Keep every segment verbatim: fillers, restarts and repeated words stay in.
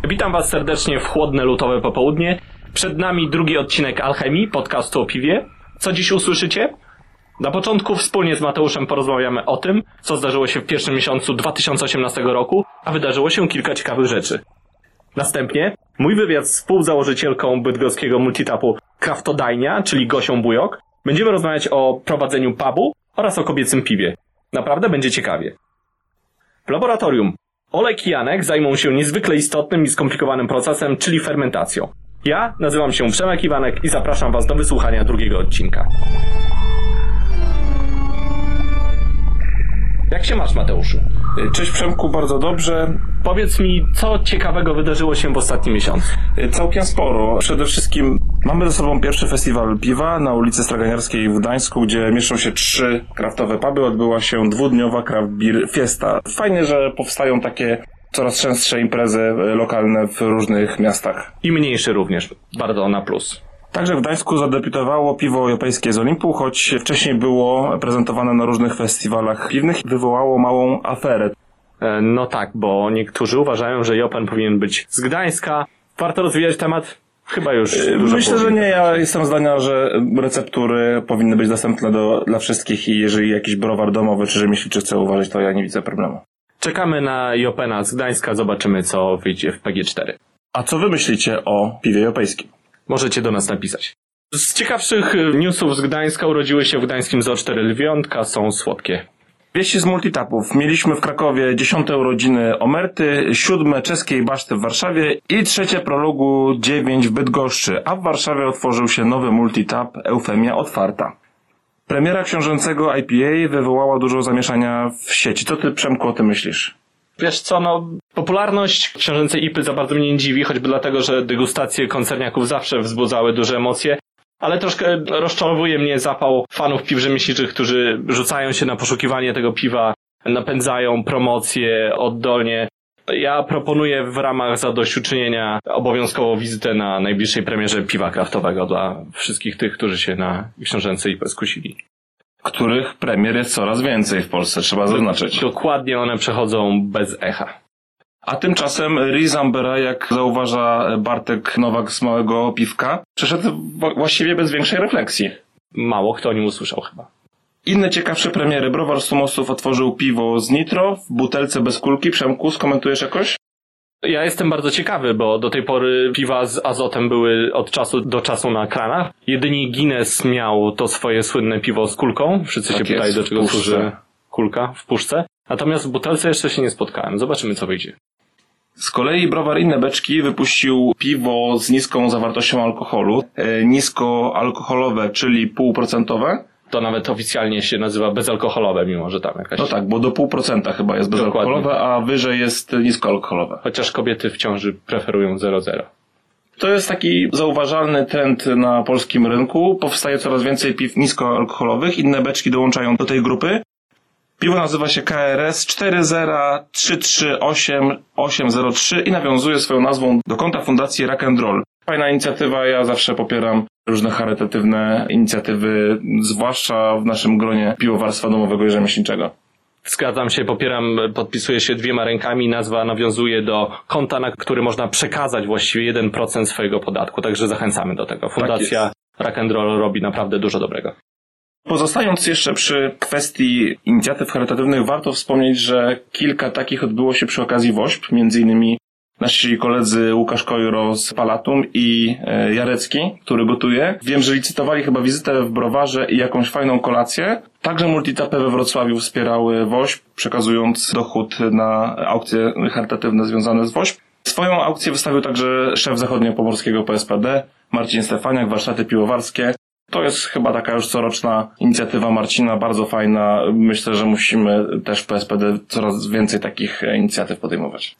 Witam Was serdecznie w chłodne lutowe popołudnie. Przed nami drugi odcinek Alchemii, podcastu o piwie. Co dziś usłyszycie? Na początku wspólnie z Mateuszem porozmawiamy o tym, co zdarzyło się w pierwszym miesiącu dwa tysiące osiemnastego roku, a wydarzyło się kilka ciekawych rzeczy. Następnie mój wywiad z współzałożycielką bydgoskiego multitapu Kraftodajnia, czyli Gosią Bujok. Będziemy rozmawiać o prowadzeniu pubu oraz o kobiecym piwie. Naprawdę będzie ciekawie. W laboratorium Olek i Janek zajmą się niezwykle istotnym i skomplikowanym procesem, czyli fermentacją. Ja nazywam się Przemek Iwanek i zapraszam Was do wysłuchania drugiego odcinka. Jak się masz, Mateuszu? Cześć Przemku, bardzo dobrze. Powiedz mi, co ciekawego wydarzyło się w ostatnim miesiącu? Całkiem sporo. Przede wszystkim mamy ze sobą pierwszy festiwal piwa na ulicy Straganiarskiej w Gdańsku, gdzie mieszczą się trzy kraftowe puby. Odbyła się dwudniowa Craft Beer Fiesta. Fajnie, że powstają takie coraz częstsze imprezy lokalne w różnych miastach. I mniejsze również. Bardzo na plus. Także w Gdańsku zadebiutowało piwo europejskie z Olimpu, choć wcześniej było prezentowane na różnych festiwalach piwnych. Wywołało małą aferę. E, no tak, bo niektórzy uważają, że Jopen powinien być z Gdańska. Warto rozwijać temat? Chyba już dużo Myślę, że nie. Ja jestem zdania, że receptury powinny być dostępne do, dla wszystkich i jeżeli jakiś browar domowy czy rzemieślniczy chce uważać, to ja nie widzę problemu. Czekamy na Jopena z Gdańska, zobaczymy, co wyjdzie w P G cztery. A co wy myślicie o piwie europejskim? Możecie do nas napisać. Z ciekawszych newsów z Gdańska urodziły się w gdańskim Zoo cztery lwiątka, są słodkie. Wieści z multitapów. Mieliśmy w Krakowie dziesiąte urodziny Omerty, siódme czeskiej Baszty w Warszawie i trzecie Prologu dziewięć w Bydgoszczy, a w Warszawie otworzył się nowy multitap Eufemia Otwarta. Premiera książęcego I P A wywołała dużo zamieszania w sieci. Co ty, Przemku, o tym myślisz? Wiesz co, no, popularność książęcej I P Y za bardzo mnie nie dziwi, choćby dlatego, że degustacje koncerniaków zawsze wzbudzały duże emocje, ale troszkę rozczarowuje mnie zapał fanów piw rzemieślniczych, którzy rzucają się na poszukiwanie tego piwa, napędzają promocje oddolnie. Ja proponuję w ramach zadośćuczynienia obowiązkową wizytę na najbliższej premierze piwa kraftowego dla wszystkich tych, którzy się na książęcej I P Y skusili. Których premier jest coraz więcej w Polsce, trzeba zaznaczyć. Dokładnie, one przechodzą bez echa. A tymczasem Rizambera, jak zauważa Bartek Nowak z Małego Piwka, przeszedł właściwie bez większej refleksji. Mało kto o nim usłyszał chyba. Inne ciekawsze premiery. Browar Sumosów otworzył piwo z Nitro w butelce bez kulki. Przemku, skomentujesz jakoś? Ja jestem bardzo ciekawy, bo do tej pory piwa z azotem były od czasu do czasu na kranach. Jedynie Guinness miał to swoje słynne piwo z kulką. Wszyscy tak się pytali, do czego puszce. służy kulka w puszce. Natomiast w butelce jeszcze się nie spotkałem. Zobaczymy, co wyjdzie. Z kolei browar Inne Beczki wypuścił piwo z niską zawartością alkoholu. E, niskoalkoholowe, czyli półprocentowe. To nawet oficjalnie się nazywa bezalkoholowe, mimo że tam jakaś... No tak, bo do pół procenta chyba jest bezalkoholowe, dokładnie. A wyżej jest niskoalkoholowe. Chociaż kobiety w ciąży preferują zero zero. To jest taki zauważalny trend na polskim rynku. Powstaje coraz więcej piw niskoalkoholowych. Inne Beczki dołączają do tej grupy. Piwo nazywa się K R S cztery zero trzy trzy osiem osiem zero trzy i nawiązuje swoją nazwą do konta Fundacji Rock and Roll. Fajna inicjatywa, ja zawsze popieram różne charytatywne inicjatywy, zwłaszcza w naszym gronie piwowarstwa domowego i rzemieślniczego. Zgadzam się, popieram, podpisuję się dwiema rękami. Nazwa nawiązuje do konta, na który można przekazać właściwie jeden procent swojego podatku, także zachęcamy do tego. Fundacja tak Rock and Roll robi naprawdę dużo dobrego. Pozostając jeszcze przy kwestii inicjatyw charytatywnych, warto wspomnieć, że kilka takich odbyło się przy okazji WOŚP, między innymi nasi koledzy Łukasz Kojro z Palatum i Jarecki, który gotuje. Wiem, że licytowali chyba wizytę w browarze i jakąś fajną kolację. Także multitapy we Wrocławiu wspierały WOŚP, przekazując dochód na aukcje charytatywne związane z WOŚP. Swoją aukcję wystawił także szef zachodniopomorskiego P S P D, Marcin Stefaniak, warsztaty piwowarskie. To jest chyba taka już coroczna inicjatywa Marcina, bardzo fajna. Myślę, że musimy też w P S P D coraz więcej takich inicjatyw podejmować.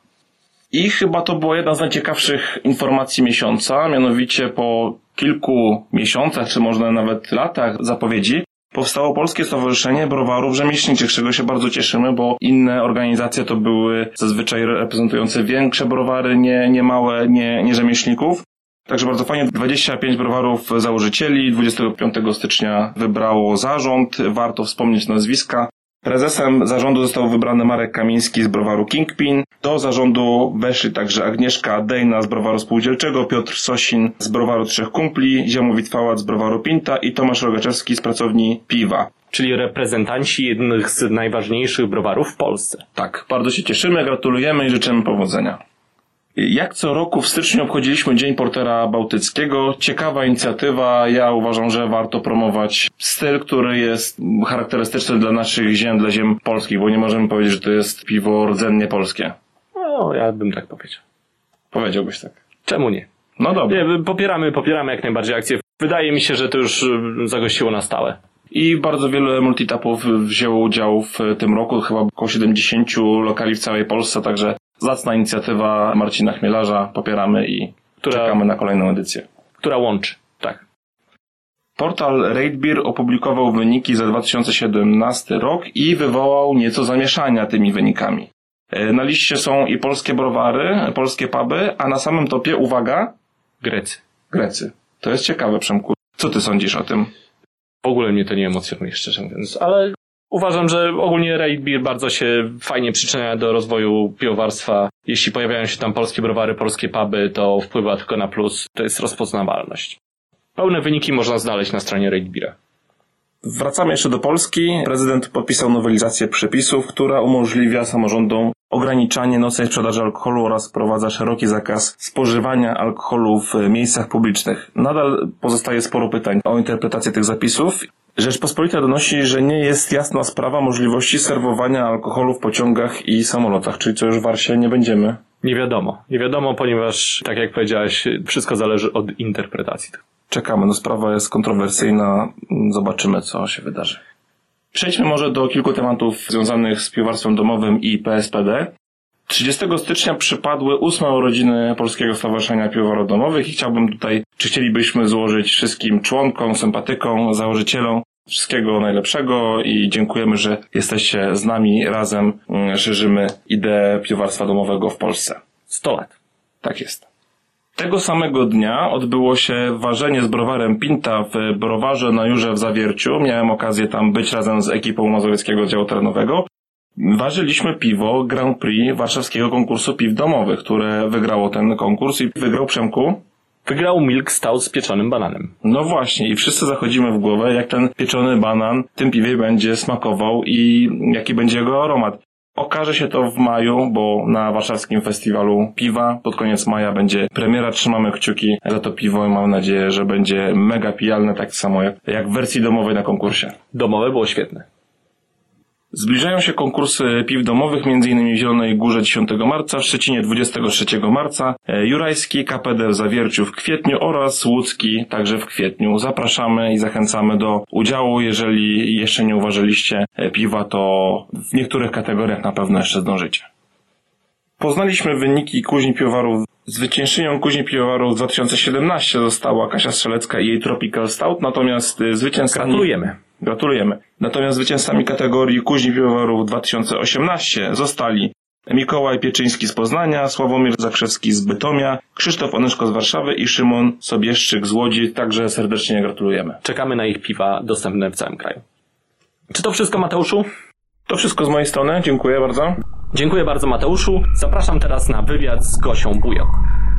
I chyba to była jedna z najciekawszych informacji miesiąca, mianowicie po kilku miesiącach, czy może nawet latach zapowiedzi, powstało Polskie Stowarzyszenie Browarów Rzemieślniczych, z czego się bardzo cieszymy, bo inne organizacje to były zazwyczaj reprezentujące większe browary, nie, nie małe, nie, nie rzemieślników. Także bardzo fajnie, dwadzieścia pięć browarów założycieli, dwudziestego piątego stycznia wybrało zarząd, warto wspomnieć nazwiska. Prezesem zarządu został wybrany Marek Kamiński z browaru Kingpin. Do zarządu weszli także Agnieszka Dejna z browaru spółdzielczego, Piotr Sosin z browaru Trzech Kumpli, Ziemowit Fałat z browaru Pinta i Tomasz Rogaczewski z pracowni Piwa. Czyli reprezentanci jednych z najważniejszych browarów w Polsce. Tak, bardzo się cieszymy, gratulujemy i życzymy powodzenia. Jak co roku w styczniu obchodziliśmy Dzień Portera Bałtyckiego. Ciekawa inicjatywa. Ja uważam, że warto promować styl, który jest charakterystyczny dla naszych ziem, dla ziem polskich, bo nie możemy powiedzieć, że to jest piwo rdzennie polskie. No, ja bym tak powiedział. Powiedziałbyś tak. Czemu nie? No dobra. Nie, popieramy, popieramy jak najbardziej akcję. Wydaje mi się, że to już zagościło na stałe. I bardzo wiele multitapów wzięło udział w tym roku, chyba około siedemdziesięciu lokali w całej Polsce, także zacna inicjatywa Marcina Chmielarza, popieramy i która, czekamy na kolejną edycję. Która łączy, tak. Portal RateBeer opublikował wyniki za dwa tysiące siedemnasty rok i wywołał nieco zamieszania tymi wynikami. Na liście są i polskie browary, polskie puby, a na samym topie, uwaga, Grecy. Grecy. To jest ciekawe, Przemku. Co ty sądzisz o tym? W ogóle mnie to nie emocjonuje, szczerze mówiąc, ale uważam, że ogólnie RateBeer bardzo się fajnie przyczynia do rozwoju piwowarstwa. Jeśli pojawiają się tam polskie browary, polskie puby, to wpływa tylko na plus. To jest rozpoznawalność. Pełne wyniki można znaleźć na stronie RateBeera. Wracamy jeszcze do Polski. Prezydent podpisał nowelizację przepisów, która umożliwia samorządom ograniczanie nocnej sprzedaży alkoholu oraz wprowadza szeroki zakaz spożywania alkoholu w miejscach publicznych. Nadal pozostaje sporo pytań o interpretację tych zapisów. Rzeczpospolita donosi, że nie jest jasna sprawa możliwości serwowania alkoholu w pociągach i samolotach, czyli co już w Warsie nie będziemy. Nie wiadomo. Nie wiadomo, ponieważ, tak jak powiedziałeś, wszystko zależy od interpretacji. Czekamy, no sprawa jest kontrowersyjna, zobaczymy co się wydarzy. Przejdźmy może do kilku tematów związanych z piwowarstwem domowym i P S P D. trzydziestego stycznia przypadły ósme urodziny Polskiego Stowarzyszenia Piwowarów Domowych i chciałbym tutaj, czy chcielibyśmy złożyć wszystkim członkom, sympatykom, założycielom wszystkiego najlepszego i dziękujemy, że jesteście z nami, razem szerzymy ideę piwowarstwa domowego w Polsce. sto lat. Tak jest. Tego samego dnia odbyło się ważenie z browarem Pinta w browarze na Jurze w Zawierciu. Miałem okazję tam być razem z ekipą Mazowieckiego Oddziału Terenowego. Ważyliśmy piwo Grand Prix warszawskiego konkursu piw domowych, które wygrało ten konkurs i wygrał Przemku. Wygrał Milk Stout z pieczonym bananem. No właśnie i wszyscy zachodzimy w głowę, jak ten pieczony banan w tym piwie będzie smakował i jaki będzie jego aromat. Okaże się to w maju, bo na warszawskim festiwalu piwa pod koniec maja będzie premiera. Trzymamy kciuki za to piwo i mam nadzieję, że będzie mega pijalne, tak samo jak, jak w wersji domowej na konkursie. Domowe było świetne. Zbliżają się konkursy piw domowych, m.in. w Zielonej Górze dziesiątego marca, w Szczecinie dwudziestego trzeciego marca, Jurajski, K P D w Zawierciu w kwietniu oraz Łódzki także w kwietniu. Zapraszamy i zachęcamy do udziału. Jeżeli jeszcze nie uważyliście piwa, to w niektórych kategoriach na pewno jeszcze zdążycie. Poznaliśmy wyniki kuźni piwowarów. Zwyciężczynią kuźni piwowarów dwa tysiące siedemnastego została Kasia Strzelecka i jej Tropical Stout, natomiast zwycięzcami... Gratulujemy. Gratulujemy. Natomiast zwycięzcami kategorii kuźni piwowarów dwa tysiące osiemnastego zostali Mikołaj Pieczyński z Poznania, Sławomir Zakrzewski z Bytomia, Krzysztof Onyszko z Warszawy i Szymon Sobieszczyk z Łodzi. Także serdecznie gratulujemy. Czekamy na ich piwa dostępne w całym kraju. Czy to wszystko, Mateuszu? To wszystko z mojej strony. Dziękuję bardzo. Dziękuję bardzo, Mateuszu. Zapraszam teraz na wywiad z Gosią Bujok.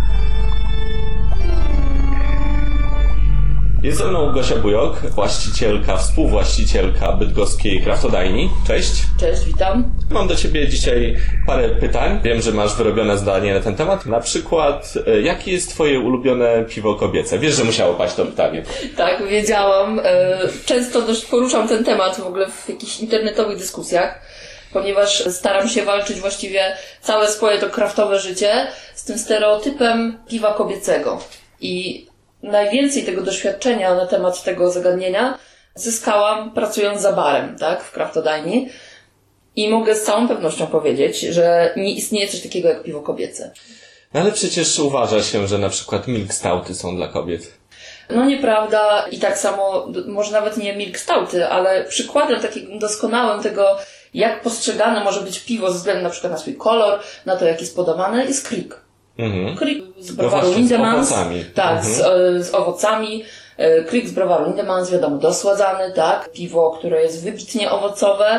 Jest ze mną Gosia Bujok, właścicielka, współwłaścicielka bydgoskiej kraftodajni. Cześć. Cześć, witam. Mam do Ciebie dzisiaj parę pytań. Wiem, że masz wyrobione zdanie na ten temat. Na przykład, jakie jest Twoje ulubione piwo kobiece? Wiesz, że musiało paść to pytanie. Tak, wiedziałam. Często dość poruszam ten temat w ogóle w jakichś internetowych dyskusjach, ponieważ staram się walczyć właściwie całe swoje to kraftowe życie z tym stereotypem piwa kobiecego. I najwięcej tego doświadczenia na temat tego zagadnienia zyskałam pracując za barem, tak, w kraftodajni. I mogę z całą pewnością powiedzieć, że nie istnieje coś takiego jak piwo kobiece. No ale przecież uważa się, że na przykład milk stouty są dla kobiet. No nieprawda i tak samo, może nawet nie milk stouty, ale przykładem takim doskonałym tego, jak postrzegane może być piwo ze względu na przykład na swój kolor, na to jak jest podawane, jest Kriek. Mhm. Kriek z browaru no Lindemans. Z owocami. Tak, mhm. z, z owocami. Kriek z browaru Lindemans, wiadomo, dosładzany, tak. Piwo, które jest wybitnie owocowe.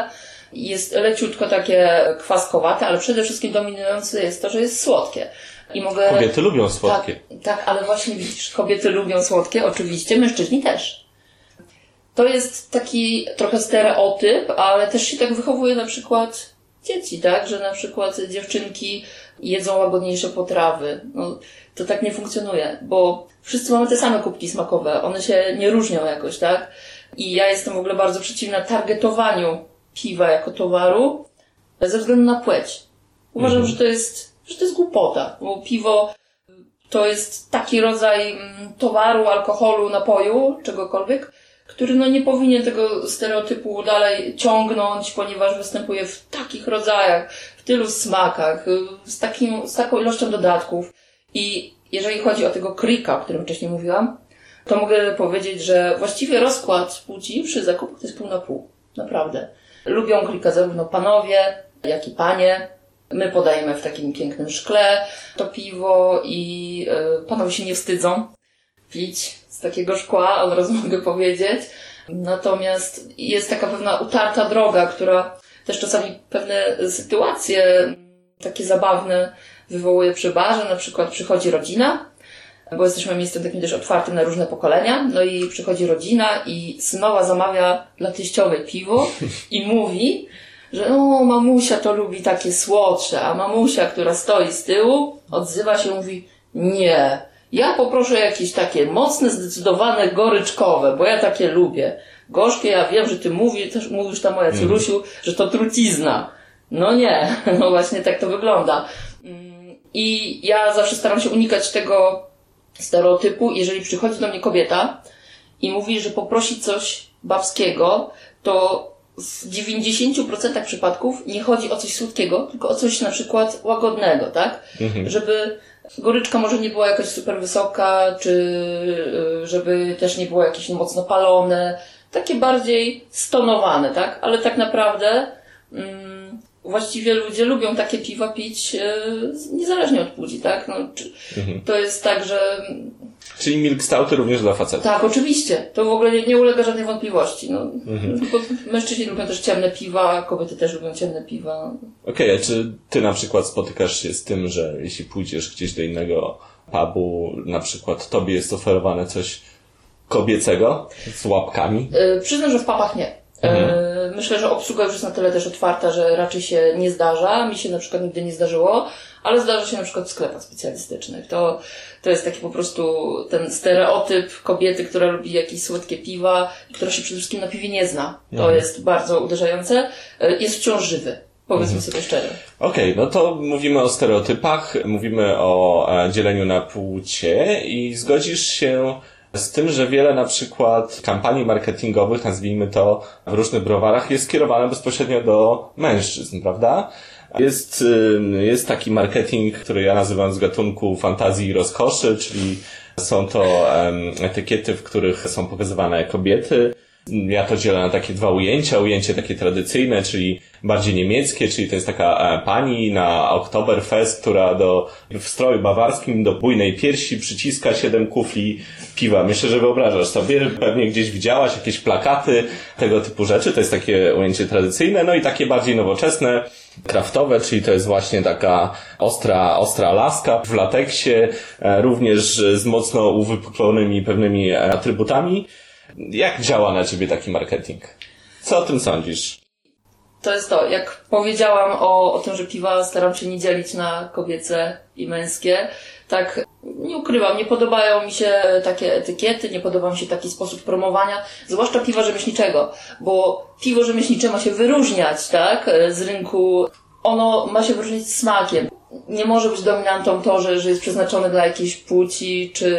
Jest leciutko takie kwaskowate, ale przede wszystkim dominujące jest to, że jest słodkie. I mogę... Kobiety lubią słodkie. Tak, tak, ale właśnie widzisz, kobiety lubią słodkie, oczywiście, mężczyźni też. To jest taki trochę stereotyp, ale też się tak wychowuje na przykład dzieci, tak? Że na przykład dziewczynki jedzą łagodniejsze potrawy. No, to tak nie funkcjonuje, bo wszyscy mamy te same kubki smakowe, one się nie różnią jakoś, tak? I ja jestem w ogóle bardzo przeciwna targetowaniu piwa jako towaru ze względu na płeć. Uważam, mhm. że to jest, że to jest głupota, bo piwo to jest taki rodzaj towaru, alkoholu, napoju, czegokolwiek, który no nie powinien tego stereotypu dalej ciągnąć, ponieważ występuje w takich rodzajach, w tylu smakach, z takim, z taką ilością dodatków. I jeżeli chodzi o tego krika, o którym wcześniej mówiłam, to mogę powiedzieć, że właściwie rozkład płci przy zakupach to jest pół na pół. Naprawdę. Lubią krika zarówno panowie, jak i panie. My podajemy w takim pięknym szkle to piwo i yy, panowie się nie wstydzą pić z takiego szkła, od razu mogę powiedzieć. Natomiast jest taka pewna utarta droga, która też czasami pewne sytuacje takie zabawne wywołuje przy barze. Na przykład przychodzi rodzina, bo jesteśmy miejscem takim też otwartym na różne pokolenia, no i przychodzi rodzina i synowa zamawia dla teściowej piwo i mówi, że no mamusia to lubi takie słodsze, a mamusia, która stoi z tyłu, odzywa się i mówi, nie, ja poproszę jakieś takie mocne, zdecydowane, goryczkowe, bo ja takie lubię. Gorzkie, ja wiem, że ty mówi, też mówisz ta moja córusiu, mm. że to trucizna. No nie, no właśnie tak to wygląda. I ja zawsze staram się unikać tego stereotypu. Jeżeli przychodzi do mnie kobieta i mówi, że poprosi coś babskiego, to w dziewięćdziesięciu procentach przypadków nie chodzi o coś słodkiego, tylko o coś na przykład łagodnego, tak? Mhm. Żeby goryczka może nie była jakaś super wysoka, czy żeby też nie było jakieś mocno palone, takie bardziej stonowane, tak? Ale tak naprawdę mm, właściwie ludzie lubią takie piwa pić yy, niezależnie od płci, tak? No, czy, mhm. To jest tak, że... Czyli milk stouty również dla facetów. Tak, oczywiście. To w ogóle nie, nie ulega żadnej wątpliwości. No. Mhm. Tylko mężczyźni lubią też ciemne piwa, kobiety też lubią ciemne piwa. Okej, okay, a czy ty na przykład spotykasz się z tym, że jeśli pójdziesz gdzieś do innego pubu, na przykład tobie jest oferowane coś kobiecego z łapkami? Yy, przyznam, że w pubach nie. Mhm. Yy, myślę, że obsługa już jest na tyle też otwarta, że raczej się nie zdarza. Mi się na przykład nigdy nie zdarzyło, ale zdarza się na przykład w sklepach specjalistycznych. To, to jest taki po prostu ten stereotyp kobiety, która lubi jakieś słodkie piwa i która się przede wszystkim na piwie nie zna. To mhm. jest bardzo uderzające. Yy, jest wciąż żywy. Powiedzmy mhm. sobie szczerze. Okej, okay, no to mówimy o stereotypach, mówimy o e, dzieleniu na płcie i zgodzisz się z tym, że wiele na przykład kampanii marketingowych, nazwijmy to, w różnych browarach jest skierowane bezpośrednio do mężczyzn, prawda? Jest, jest taki marketing, który ja nazywam z gatunku fantazji i rozkoszy, czyli są to um, etykiety, w których są pokazywane kobiety. Ja to dzielę na takie dwa ujęcia. Ujęcie takie tradycyjne, czyli bardziej niemieckie, czyli to jest taka pani na Oktoberfest, która do, w stroju bawarskim do bujnej piersi przyciska siedem kufli piwa. Myślę, że wyobrażasz sobie, pewnie gdzieś widziałaś jakieś plakaty, tego typu rzeczy. To jest takie ujęcie tradycyjne, no i takie bardziej nowoczesne, kraftowe, czyli to jest właśnie taka ostra, ostra laska w lateksie, również z mocno uwypuklonymi pewnymi atrybutami. Jak działa na ciebie taki marketing? Co o tym sądzisz? To jest to, jak powiedziałam o, o tym, że piwa staram się nie dzielić na kobiece i męskie, tak nie ukrywam, nie podobają mi się takie etykiety, nie podoba mi się taki sposób promowania, zwłaszcza piwa rzemieślniczego, bo piwo rzemieślnicze ma się wyróżniać, tak, z rynku, ono ma się wyróżniać smakiem. Nie może być dominantą to, że, że jest przeznaczone dla jakiejś płci, czy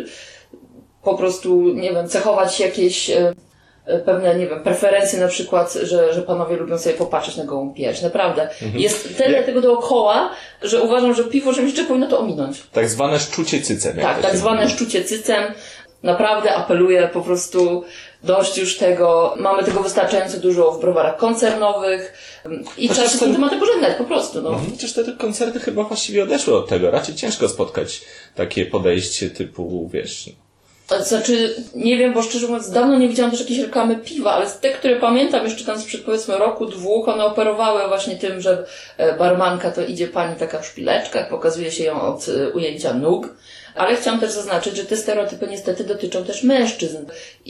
po prostu, nie wiem, cechować jakieś e, pewne, nie wiem, preferencje na przykład, że, że panowie lubią sobie popatrzeć na gołą pierś. Naprawdę. Mhm. Jest tyle tego dookoła, że uważam, że piwo rzemieślnicze powinno to ominąć. Tak zwane szczucie cycem. Tak, tak zwane mówi. szczucie cycem. Naprawdę apeluję po prostu dość już tego. Mamy tego wystarczająco dużo w browarach koncernowych i trzeba się z tym tematem pożegnać po prostu. No. Mhm. Chociaż te koncerty chyba właściwie odeszły od tego. Raczej ciężko spotkać takie podejście typu, wiesz, Znaczy, nie wiem, bo szczerze mówiąc, dawno nie widziałam też jakiejś reklamy piwa, ale te, które pamiętam jeszcze tam sprzed powiedzmy roku, dwóch, one operowały właśnie tym, że barmanka to idzie pani taka w szpileczkach, pokazuje się ją od ujęcia nóg, ale chciałam też zaznaczyć, że te stereotypy niestety dotyczą też mężczyzn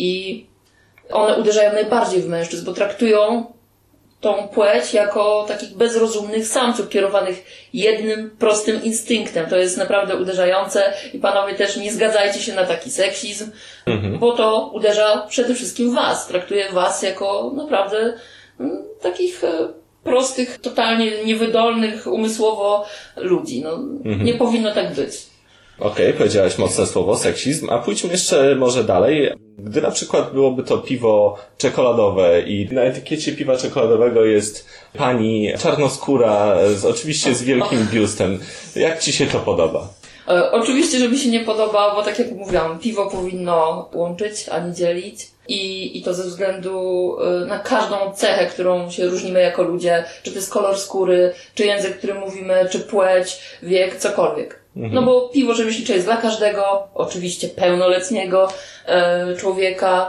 i one uderzają najbardziej w mężczyzn, bo traktują tą płeć jako takich bezrozumnych samców kierowanych jednym prostym instynktem. To jest naprawdę uderzające i panowie też nie zgadzajcie się na taki seksizm, mhm. bo to uderza przede wszystkim w was. Traktuje was jako naprawdę m, takich e, prostych, totalnie niewydolnych umysłowo ludzi. No, mhm. Nie powinno tak być. Okej, okay, powiedziałaś mocne słowo, seksizm, a pójdźmy jeszcze może dalej. Gdy na przykład byłoby to piwo czekoladowe i na etykiecie piwa czekoladowego jest pani czarnoskóra, z, oczywiście z wielkim biustem, jak ci się to podoba? E, oczywiście, że mi się nie podoba, bo tak jak mówiłam, piwo powinno łączyć, a nie dzielić. I, i to ze względu na każdą cechę, którą się różnimy jako ludzie, czy to jest kolor skóry, czy język, którym mówimy, czy płeć, wiek, cokolwiek. Mhm. No bo piwo rzemieślnicze jest dla każdego, oczywiście pełnoletniego e, człowieka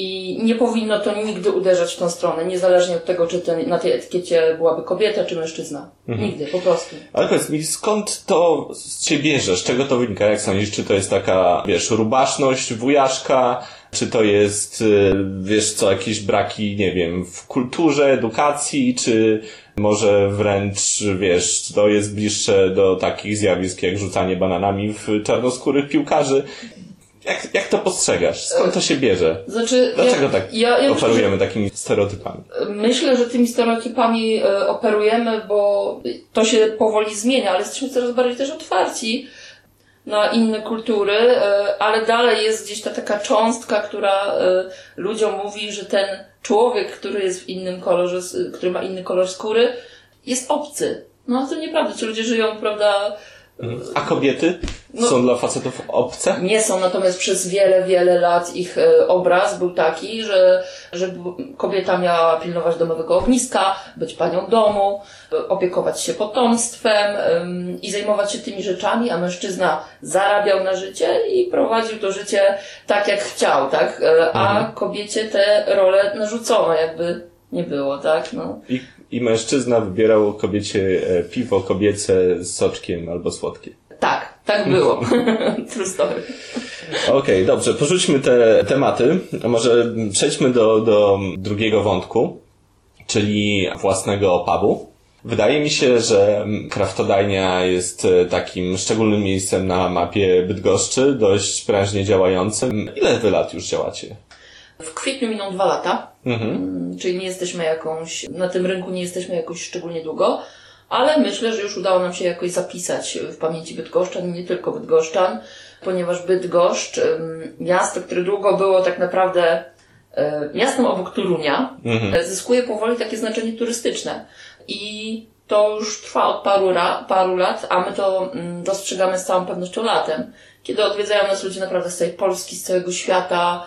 i nie powinno to nigdy uderzać w tą stronę, niezależnie od tego, czy ten, na tej etykiecie byłaby kobieta, czy mężczyzna. Mhm. Nigdy, po prostu. Ale powiedz mi, skąd to się bierze? Z czego to wynika? Jak sądzisz? Czy to jest taka, wiesz, rubaszność, wujaszka? Czy to jest, wiesz co, jakieś braki, nie wiem, w kulturze, edukacji, czy może wręcz, wiesz, to jest bliższe do takich zjawisk jak rzucanie bananami w czarnoskórych piłkarzy? Jak, jak to postrzegasz? Skąd to się bierze? Znaczy, Dlaczego ja, tak ja, ja operujemy myślę, takimi stereotypami? Myślę, że tymi stereotypami e, operujemy, bo to się powoli zmienia, ale jesteśmy coraz bardziej też otwarci na inne kultury, e, ale dalej jest gdzieś ta taka cząstka, która e, ludziom mówi, że ten człowiek, który jest w innym kolorze, który ma inny kolor skóry, jest obcy. No to nieprawda, ci ludzie żyją, prawda. A kobiety no, są dla facetów obce? Nie są, natomiast przez wiele, wiele lat ich e, obraz był taki, że, że kobieta miała pilnować domowego ogniska, być panią domu, e, opiekować się potomstwem e, i zajmować się tymi rzeczami, a mężczyzna zarabiał na życie i prowadził to życie tak, jak chciał, tak? E, a mhm. kobiecie te role narzucono, jakby nie było, tak? No. I I mężczyzna wybierał kobiecie piwo kobiece z soczkiem albo słodkie. Tak, tak było. True story. Okej, okay, dobrze, porzućmy te tematy. A może przejdźmy do, do drugiego wątku, czyli własnego pubu. Wydaje mi się, że kraftodajnia jest takim szczególnym miejscem na mapie Bydgoszczy, dość prężnie działającym. Ile wy lat już działacie? W kwietniu miną dwa lata, mhm. czyli nie jesteśmy jakąś, na tym rynku nie jesteśmy jakoś szczególnie długo, ale myślę, że już udało nam się jakoś zapisać w pamięci bydgoszczan i nie tylko bydgoszczan, ponieważ Bydgoszcz, miasto, które długo było tak naprawdę miastem obok Torunia, mhm. zyskuje powoli takie znaczenie turystyczne i to już trwa od paru, ra, paru lat, a my to dostrzegamy z całą pewnością latem, kiedy odwiedzają nas ludzie naprawdę z całej Polski, z całego świata,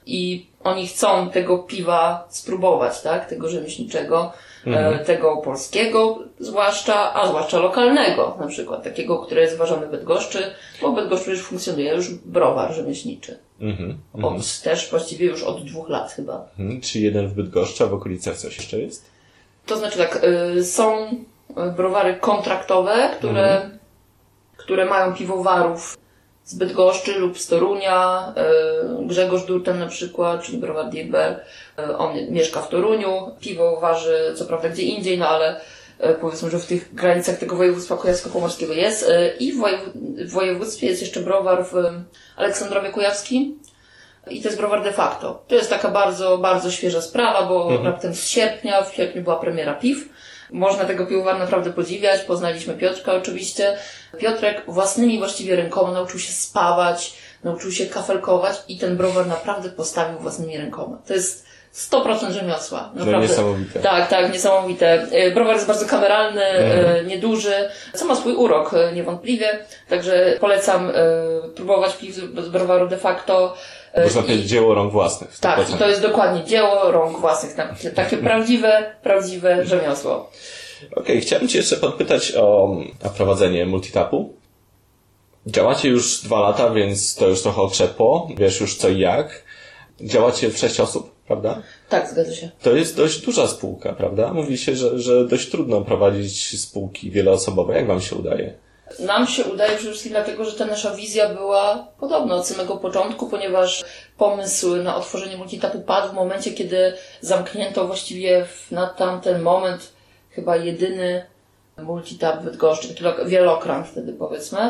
i oni chcą tego piwa spróbować, tak? Tego rzemieślniczego, mhm. e, tego polskiego zwłaszcza, a zwłaszcza lokalnego, na przykład takiego, które jest ważone w Bydgoszczy, bo w Bydgoszczy już funkcjonuje już browar rzemieślniczy. Mhm. Od mhm. też właściwie już od dwóch lat chyba. Mhm. Czy jeden w Bydgoszczy, a w okolicach coś jeszcze jest? To znaczy tak, y, są browary kontraktowe, które, mhm. które mają piwowarów z Bydgoszczy lub z Torunia, Grzegorz Durten na przykład, czyli browar Dirber, on mieszka w Toruniu, piwo waży co prawda gdzie indziej, no ale powiedzmy, że w tych granicach tego województwa kujawsko-pomorskiego jest i w, wojew- w województwie jest jeszcze browar w Aleksandrowie Kujawskim i to jest browar de facto. To jest taka bardzo, bardzo świeża sprawa, bo mhm. raptem z sierpnia, w sierpniu była premiera piw. Można tego piwowara naprawdę podziwiać. Poznaliśmy Piotrka oczywiście. Piotrek własnymi właściwie rękoma nauczył się spawać, nauczył się kafelkować i ten browar naprawdę postawił własnymi rękoma. To jest sto procent rzemiosła. Naprawdę. No niesamowite. Tak, tak, niesamowite. Browar jest bardzo kameralny, mhm. nieduży, co ma swój urok niewątpliwie. Także polecam próbować piw z browaru de facto. Można powiedzieć dzieło rąk własnych. Tak, to jest dokładnie dzieło rąk własnych. Takie prawdziwe, prawdziwe rzemiosło. Okej, okay, chciałem Cię jeszcze podpytać o, o prowadzenie multitapu. Działacie już dwa lata, więc to już trochę okrzepło. Wiesz już co i jak. Działacie w sześć osób, prawda? Tak, zgadza się. To jest dość duża spółka, prawda? Mówi się, że, że dość trudno prowadzić spółki wieloosobowe. Jak wam się udaje? Nam się udaje przede wszystkim dlatego, że ta nasza wizja była podobna od samego początku, ponieważ pomysł na otworzenie multitapu padł w momencie, kiedy zamknięto właściwie w, na tamten moment chyba jedyny multitap w Bydgoszczy, taki wielokran wtedy powiedzmy.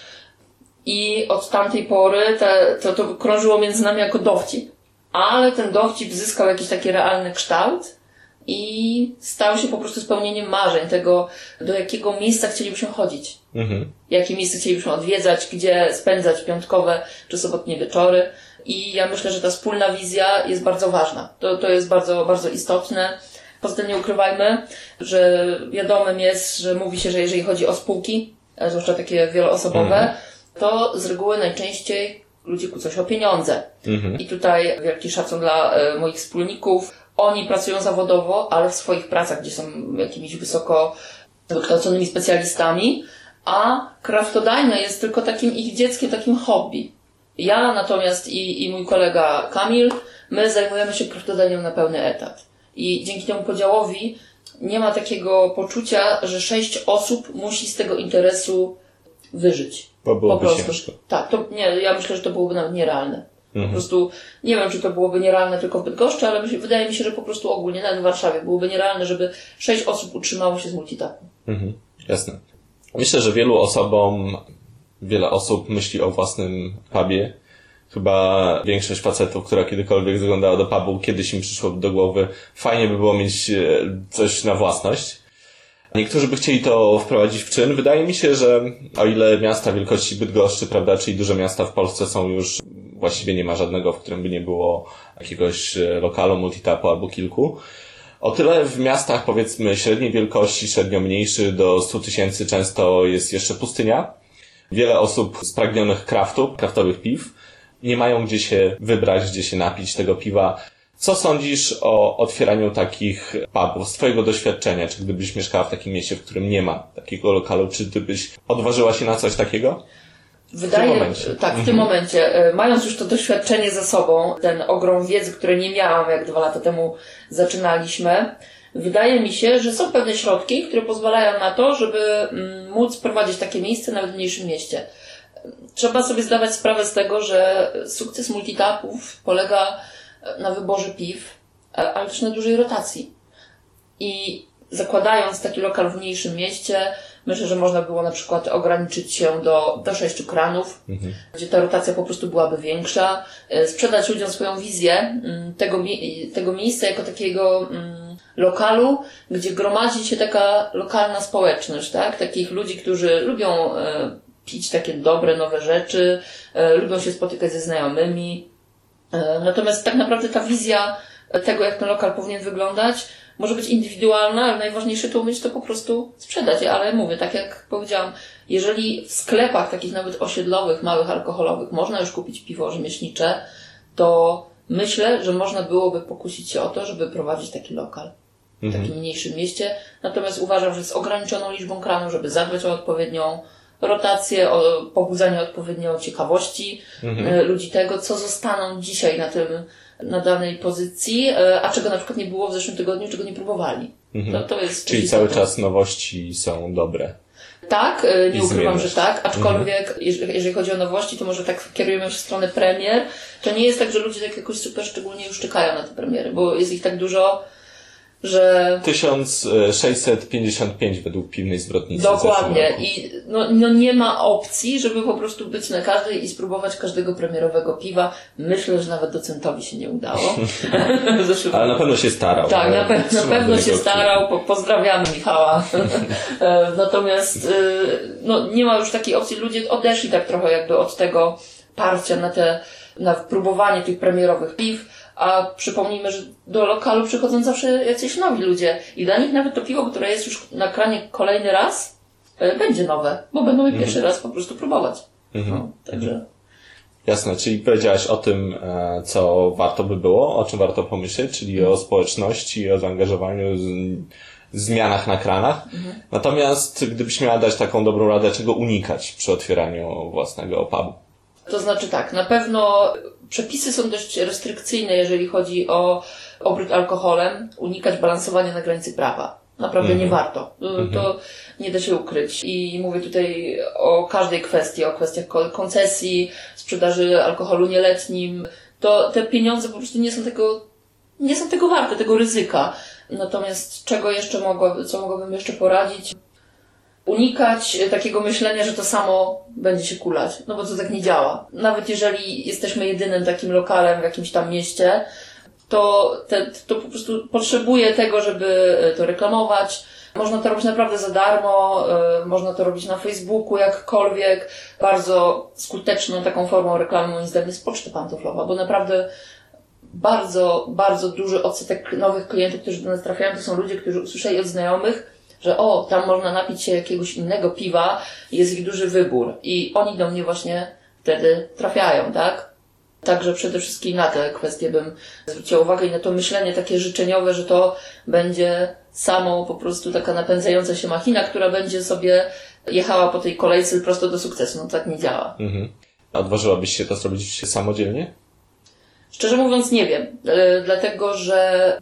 I od tamtej pory te, to, to krążyło między nami jako dowcip. Ale ten dowcip zyskał jakiś taki realny kształt i stał się po prostu spełnieniem marzeń tego, do jakiego miejsca chcielibyśmy chodzić. Mhm. Jakie miejsce chcielibyśmy odwiedzać, gdzie spędzać piątkowe czy sobotnie wieczory. I ja myślę, że ta wspólna wizja jest bardzo ważna. To, to jest bardzo, bardzo istotne. Poza tym nie ukrywajmy, że wiadomym jest, że mówi się, że jeżeli chodzi o spółki, zwłaszcza takie wieloosobowe, mhm. to z reguły najczęściej ludzie kłócą się o pieniądze. Mhm. I tutaj wielki szacun dla y, moich wspólników. Oni pracują zawodowo, ale w swoich pracach, gdzie są jakimiś wysoko wykształconymi specjalistami, a kraftodajne jest tylko takim ich dzieckiem, takim hobby. Ja natomiast i, i mój kolega Kamil, my zajmujemy się kraftodajnią na pełny etat. I dzięki temu podziałowi nie ma takiego poczucia, że sześć osób musi z tego interesu wyżyć. Bo byłoby ciężko. Tak, to nie, ja myślę, że to byłoby nawet nierealne. Mhm. Po prostu, nie wiem, czy to byłoby nierealne tylko w Bydgoszczy, ale wydaje mi się, że po prostu ogólnie, nawet w Warszawie, byłoby nierealne, żeby sześć osób utrzymało się z multitapu. Mhm. Jasne. Myślę, że wielu osobom, wiele osób myśli o własnym pubie. Chyba większość facetów, która kiedykolwiek zaglądała do pubu, kiedyś im przyszło do głowy, fajnie by było mieć coś na własność. Niektórzy by chcieli to wprowadzić w czyn. Wydaje mi się, że o ile miasta wielkości Bydgoszczy, prawda, czyli duże miasta w Polsce są już, właściwie nie ma żadnego, w którym by nie było jakiegoś lokalu, multitapu albo kilku, o tyle w miastach, powiedzmy, średniej wielkości, średnio mniejszy, do stu tysięcy często jest jeszcze pustynia. Wiele osób spragnionych kraftu, kraftowych piw, nie mają gdzie się wybrać, gdzie się napić tego piwa. Co sądzisz o otwieraniu takich pubów z twojego doświadczenia? Czy gdybyś mieszkała w takim mieście, w którym nie ma takiego lokalu, czy ty byś odważyła się na coś takiego? Wydaje, w tym momencie. Tak, w tym momencie. Mając już to doświadczenie za sobą, ten ogrom wiedzy, które nie miałam, jak dwa lata temu zaczynaliśmy, wydaje mi się, że są pewne środki, które pozwalają na to, żeby móc prowadzić takie miejsce nawet w mniejszym mieście. Trzeba sobie zdawać sprawę z tego, że sukces multitapów polega na wyborze piw, ale też na dużej rotacji. I zakładając taki lokal w mniejszym mieście, myślę, że można było na przykład ograniczyć się do, do sześciu kranów, mhm. gdzie ta rotacja po prostu byłaby większa, sprzedać ludziom swoją wizję tego, tego miejsca jako takiego lokalu, gdzie gromadzi się taka lokalna społeczność, tak? Takich ludzi, którzy lubią pić takie dobre, nowe rzeczy, lubią się spotykać ze znajomymi. Natomiast tak naprawdę ta wizja tego, jak ten lokal powinien wyglądać, może być indywidualna, ale najważniejsze to umieć to po prostu sprzedać. Ale mówię, tak jak powiedziałam, jeżeli w sklepach takich nawet osiedlowych, małych, alkoholowych można już kupić piwo rzemieślnicze, to myślę, że można byłoby pokusić się o to, żeby prowadzić taki lokal w mhm. takim mniejszym mieście. Natomiast uważam, że z ograniczoną liczbą kranów, żeby zadbać o odpowiednią rotację, o pobudzanie odpowiednio ciekawości mhm. ludzi tego, co zostaną dzisiaj na tym, na danej pozycji, a czego na przykład nie było w zeszłym tygodniu, czego nie próbowali. Mhm. To, to jest Czyli cały to... czas nowości są dobre. Tak, nie I ukrywam, zmienność. Że tak, aczkolwiek mhm. jeżeli chodzi o nowości, to może tak kierujemy się w stronę premier. To nie jest tak, że ludzie tak jakoś super szczególnie już czekają na te premiery, bo jest ich tak dużo, że... tysiąc sześćset pięćdziesiąt pięć według piwnej zwrotnicy. Dokładnie. I no, no nie ma opcji, żeby po prostu być na każdej i spróbować każdego premierowego piwa. Myślę, że nawet docentowi się nie udało. Ale na pewno się starał. Tak, na, pe- na pewno się starał. Po- pozdrawiamy Michała. Natomiast no, nie ma już takiej opcji. Ludzie odeszli tak trochę jakby od tego parcia na te, na próbowanie tych premierowych piw. A przypomnijmy, że do lokalu przychodzą zawsze jacyś nowi ludzie i dla nich nawet to piwo, które jest już na kranie kolejny raz, będzie nowe, bo będą je mm. pierwszy raz po prostu próbować. Mm-hmm. No, także... Jasne, czyli powiedziałaś o tym, co warto by było, o czym warto pomyśleć, czyli o społeczności, o zaangażowaniu zmianach na kranach. Mhm. Natomiast gdybyś miała dać taką dobrą radę, czego unikać przy otwieraniu własnego pubu? To znaczy tak, na pewno przepisy są dość restrykcyjne, jeżeli chodzi o obrót alkoholem, unikać balansowania na granicy prawa. Naprawdę mm. nie warto. To, mm-hmm. to nie da się ukryć. I mówię tutaj o każdej kwestii, o kwestiach koncesji, sprzedaży alkoholu nieletnim. To te pieniądze po prostu nie są tego, nie są tego warte, tego ryzyka. Natomiast czego jeszcze mogła, co mogłabym jeszcze poradzić? Unikać takiego myślenia, że to samo będzie się kulać. No bo to tak nie działa. Nawet jeżeli jesteśmy jedynym takim lokalem w jakimś tam mieście, to, te, to po prostu potrzebuje tego, żeby to reklamować. Można to robić naprawdę za darmo, yy, można to robić na Facebooku jakkolwiek. Bardzo skuteczną taką formą reklamy moim zdaniem jest poczta pantoflowa, bo naprawdę bardzo, bardzo duży odsetek nowych klientów, którzy do nas trafiają, to są ludzie, którzy usłyszeli od znajomych, że o, tam można napić się jakiegoś innego piwa, jest ich duży wybór. I oni do mnie właśnie wtedy trafiają, tak? Także przede wszystkim na te kwestie bym zwróciła uwagę i na to myślenie takie życzeniowe, że to będzie samo po prostu taka napędzająca się machina, która będzie sobie jechała po tej kolejce prosto do sukcesu. No tak nie działa. Mhm. A odważyłabyś się to zrobić samodzielnie? Szczerze mówiąc nie wiem, yy, dlatego że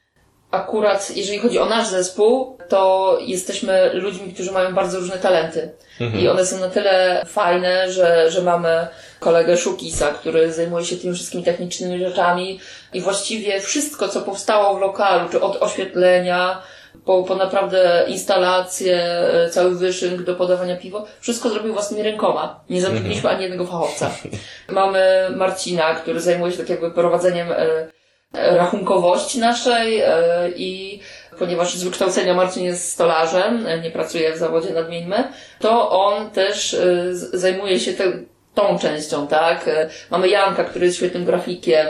akurat jeżeli chodzi o nasz zespół, to jesteśmy ludźmi, którzy mają bardzo różne talenty. Mhm. I one są na tyle fajne, że, że mamy kolegę Szukisa, który zajmuje się tymi wszystkimi technicznymi rzeczami i właściwie wszystko, co powstało w lokalu, czy od oświetlenia, po, po naprawdę instalację, cały wyszynk do podawania piwa, wszystko zrobił własnymi rękoma. Nie zatrudniliśmy ani jednego fachowca. Mamy Marcina, który zajmuje się tak jakby prowadzeniem rachunkowości naszej i ponieważ z wykształcenia Marcin jest stolarzem, nie pracuje w zawodzie, nadmieńmy, to on też zajmuje się te, tą częścią, tak? Mamy Janka, który jest świetnym grafikiem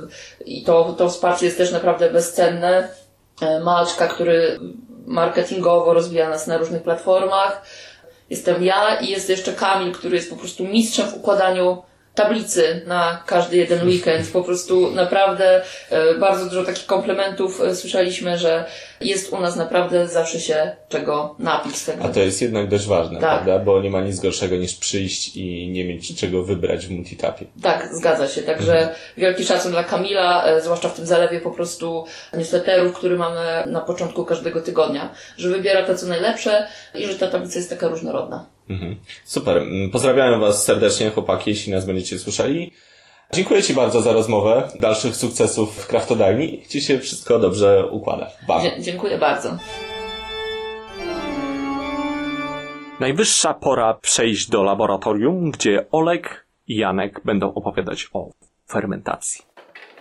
i to, to wsparcie jest też naprawdę bezcenne. Maćka, który marketingowo rozwija nas na różnych platformach. Jestem ja i jest jeszcze Kamil, który jest po prostu mistrzem w układaniu tablicy na każdy jeden weekend. Po prostu naprawdę e, bardzo dużo takich komplementów e, słyszeliśmy, że jest u nas naprawdę zawsze się czego napić. A to jest jednak dość ważne, tak, prawda? Bo nie ma nic gorszego niż przyjść i nie mieć czego wybrać w multitapie. Tak, zgadza się. Także mhm. wielki szacun dla Kamila, e, zwłaszcza w tym zalewie po prostu newsletterów, który mamy na początku każdego tygodnia, że wybiera to co najlepsze i że ta tablica jest taka różnorodna. Mhm. Super. Pozdrawiam Was serdecznie, chłopaki, jeśli nas będziecie słyszeli. Dziękuję Ci bardzo za rozmowę. Dalszych sukcesów w kraftodajni. Niech Ci się wszystko dobrze układa. Dzie- dziękuję bardzo. Najwyższa pora przejść do laboratorium, gdzie Oleg i Janek będą opowiadać o fermentacji.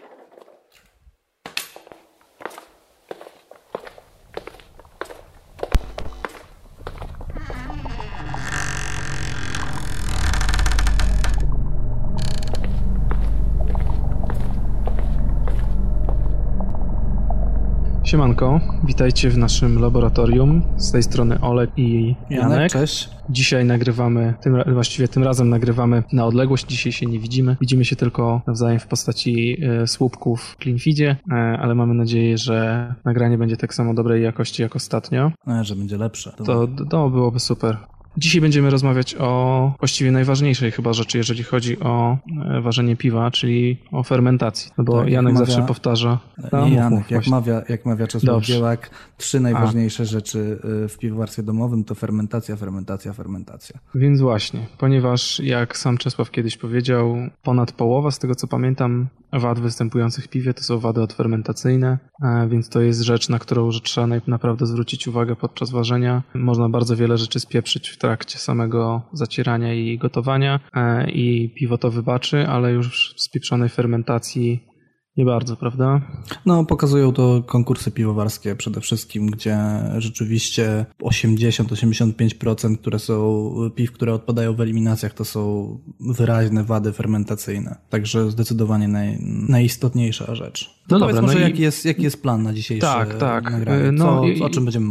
Siemanko, witajcie w naszym laboratorium. Z tej strony Oleg i Janek. Janek, cześć. Dzisiaj nagrywamy, tym, właściwie tym razem nagrywamy na odległość. Dzisiaj się nie widzimy. Widzimy się tylko nawzajem w postaci e, słupków w CleanFeedzie, e, ale mamy nadzieję, że nagranie będzie tak samo dobrej jakości jak ostatnio. A, że będzie lepsze. To, to, to byłoby super. Dzisiaj będziemy rozmawiać o właściwie najważniejszej chyba rzeczy, jeżeli chodzi o ważenie piwa, czyli o fermentacji. No bo tak, Janek mawia, zawsze powtarza... No, nie Janek, mów, jak, mawia, jak mawia Czesław Dziełak, trzy najważniejsze A. rzeczy w piwowarstwie domowym to fermentacja, fermentacja, fermentacja. Więc właśnie, ponieważ jak sam Czesław kiedyś powiedział, ponad połowa z tego co pamiętam wad występujących w piwie to są wady odfermentacyjne, więc to jest rzecz, na którą że trzeba naprawdę zwrócić uwagę podczas ważenia. Można bardzo wiele rzeczy spieprzyć w trakcie samego zacierania i gotowania i piwo to wybaczy, ale już w spieprzonej fermentacji nie bardzo, prawda? No, pokazują to konkursy piwowarskie przede wszystkim, gdzie rzeczywiście osiemdziesiąt do osiemdziesięciu pięciu procent, które są piw, które odpadają w eliminacjach, to są wyraźne wady fermentacyjne. Także zdecydowanie naj, najistotniejsza rzecz. No powiedz dobra, może, no i... jaki, jest, jaki jest plan na dzisiejsze tak, tak. nagranie? Co, no i... O czym będziemy mówić?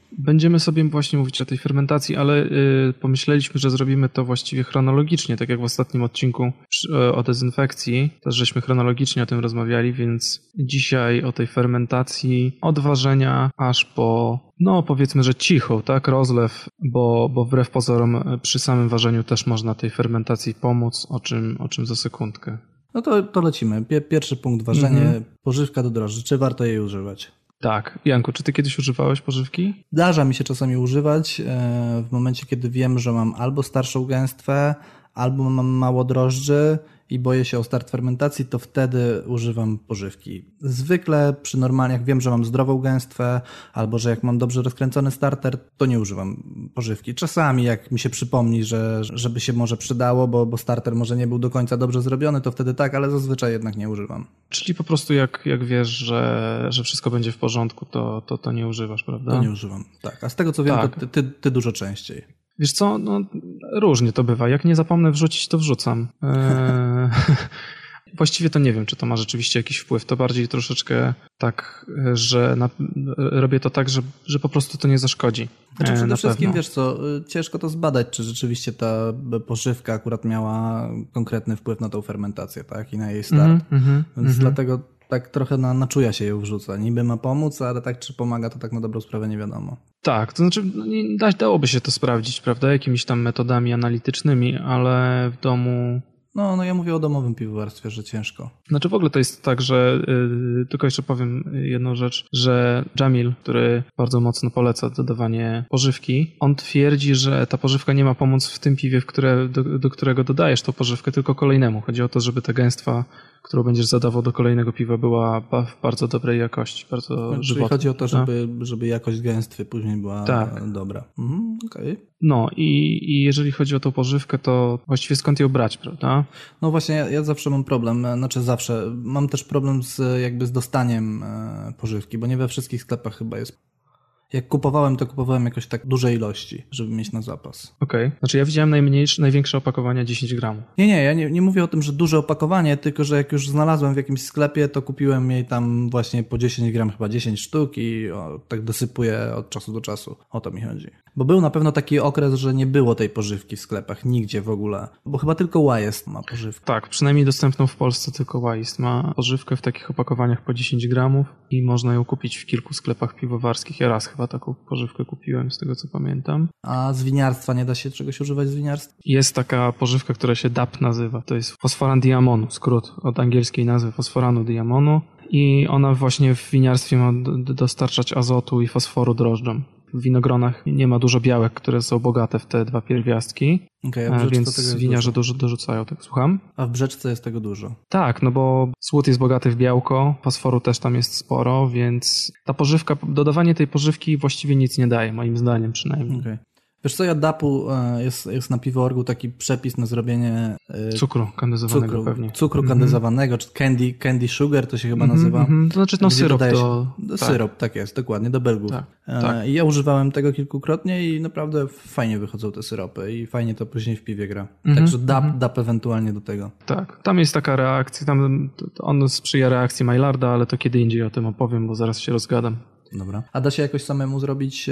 Będziemy sobie właśnie mówić o tej fermentacji, ale y, pomyśleliśmy, że zrobimy to właściwie chronologicznie, tak jak w ostatnim odcinku przy, o dezynfekcji. Też żeśmy chronologicznie o tym rozmawiali, więc dzisiaj o tej fermentacji od ważenia aż po, no powiedzmy, że cichą, tak, rozlew, bo, bo wbrew pozorom przy samym ważeniu też można tej fermentacji pomóc, o czym, o czym za sekundkę. No to, to lecimy. Pierwszy punkt, ważenie, Mhm. pożywka do drożdży. Czy warto jej używać? Tak. Janku, czy ty kiedyś używałeś pożywki? Zdarza mi się czasami używać e, w momencie, kiedy wiem, że mam albo starszą gęstwę, albo mam mało drożdży i boję się o start fermentacji, to wtedy używam pożywki. Zwykle przy normalnie, jak wiem, że mam zdrową gęstwę, albo że jak mam dobrze rozkręcony starter, to nie używam pożywki. Czasami jak mi się przypomni, że żeby się może przydało, bo, bo starter może nie był do końca dobrze zrobiony, to wtedy tak, ale zazwyczaj jednak nie używam. Czyli po prostu jak, jak wiesz, że, że wszystko będzie w porządku, to, to, to nie używasz, prawda? To nie używam, tak. A z tego co wiem, Tak. to ty, ty, ty dużo częściej. Wiesz co, no różnie to bywa. Jak nie zapomnę wrzucić, to wrzucam. Eee, właściwie to nie wiem, czy to ma rzeczywiście jakiś wpływ. To bardziej troszeczkę tak, że na, robię to tak, że, że po prostu to nie zaszkodzi. Znaczy Eee, przede na wszystkim, pewno. wiesz co, ciężko to zbadać, czy rzeczywiście ta pożywka akurat miała konkretny wpływ na tą fermentację, tak? I na jej start. Mhm, mhm, Więc mhm. dlatego tak trochę na, na czuja się ją wrzuca. Niby ma pomóc, ale tak czy pomaga, to tak na dobrą sprawę nie wiadomo. Tak, to znaczy no, nie, da, dałoby się to sprawdzić, prawda, jakimiś tam metodami analitycznymi, ale w domu... No, no ja mówię o domowym piwowarstwie, że ciężko. Znaczy w ogóle to jest tak, że yy, tylko jeszcze powiem jedną rzecz, że Jamil, który bardzo mocno poleca dodawanie pożywki, on twierdzi, że ta pożywka nie ma pomóc w tym piwie, w które, do, do którego dodajesz tą pożywkę, tylko kolejnemu. Chodzi o to, żeby ta gęstwa, którą będziesz zadawał do kolejnego piwa, była ba- w bardzo dobrej jakości, bardzo Czyli żywotna. chodzi o to, prawda? żeby, żeby jakość gęstwy później była Tak. dobra. Mhm, okej. No i, i jeżeli chodzi o tą pożywkę, to właściwie skąd ją brać, prawda? No właśnie, ja, ja zawsze mam problem, znaczy zawsze, mam też problem z jakby z dostaniem e, pożywki, bo nie we wszystkich sklepach chyba jest. Jak kupowałem, to kupowałem jakoś tak duże ilości, żeby mieć na zapas. Okej. Znaczy ja widziałem najmniejsze, największe opakowania dziesięć gramów. Nie, nie, ja nie, nie mówię o tym, że duże opakowanie, tylko że jak już znalazłem w jakimś sklepie, to kupiłem jej tam właśnie po dziesięć gram, chyba dziesięć sztuk i o, tak dosypuję od czasu do czasu. O to mi chodzi. Bo był na pewno taki okres, że nie było tej pożywki w sklepach, nigdzie w ogóle. Bo chyba tylko Łajest ma pożywkę. Tak, przynajmniej dostępną w Polsce tylko Wajst ma pożywkę w takich opakowaniach po dziesięć gramów i można ją kupić w kilku sklepach piwowarskich. Ja raz chyba taką pożywkę kupiłem, z tego co pamiętam. A z winiarstwa nie da się czegoś używać z winiarstwa? Jest taka pożywka, która się D A P nazywa. To jest fosforan diamonu, skrót od angielskiej nazwy fosforanu diamonu. I ona właśnie w winiarstwie ma d- dostarczać azotu i fosforu drożdżom. W winogronach nie ma dużo białek, które są bogate w te dwa pierwiastki, Okay, a w e, brzeczce tego więc jest winiarze dużo. dużo dorzucają, tak słucham? A w brzeczce jest tego dużo. Tak, no bo słód jest bogaty w białko, fosforu też tam jest sporo, więc ta pożywka, dodawanie tej pożywki właściwie nic nie daje, moim zdaniem przynajmniej. Okay. Wiesz co, ja D A P-u e, jest, jest na Piwoorgu taki przepis na zrobienie e, Cukru kandyzowanego cukru, pewnie. cukru Mhm. kandyzowanego, czy candy, candy sugar to się chyba Mhm, nazywa. mhm. To znaczy no Gdzie syrop dodaje się- do... do tak. Syrop, tak jest, dokładnie, do belgów. Tak, E, tak. I ja używałem tego kilkukrotnie i naprawdę fajnie wychodzą te syropy i fajnie to później w piwie gra. Mhm, Także D A P, mhm. D A P ewentualnie do tego. Tak, tam jest taka reakcja, tam on sprzyja reakcji Maillarda, ale to kiedy indziej o tym opowiem, bo zaraz się rozgadam. Dobra. A da się jakoś samemu zrobić e,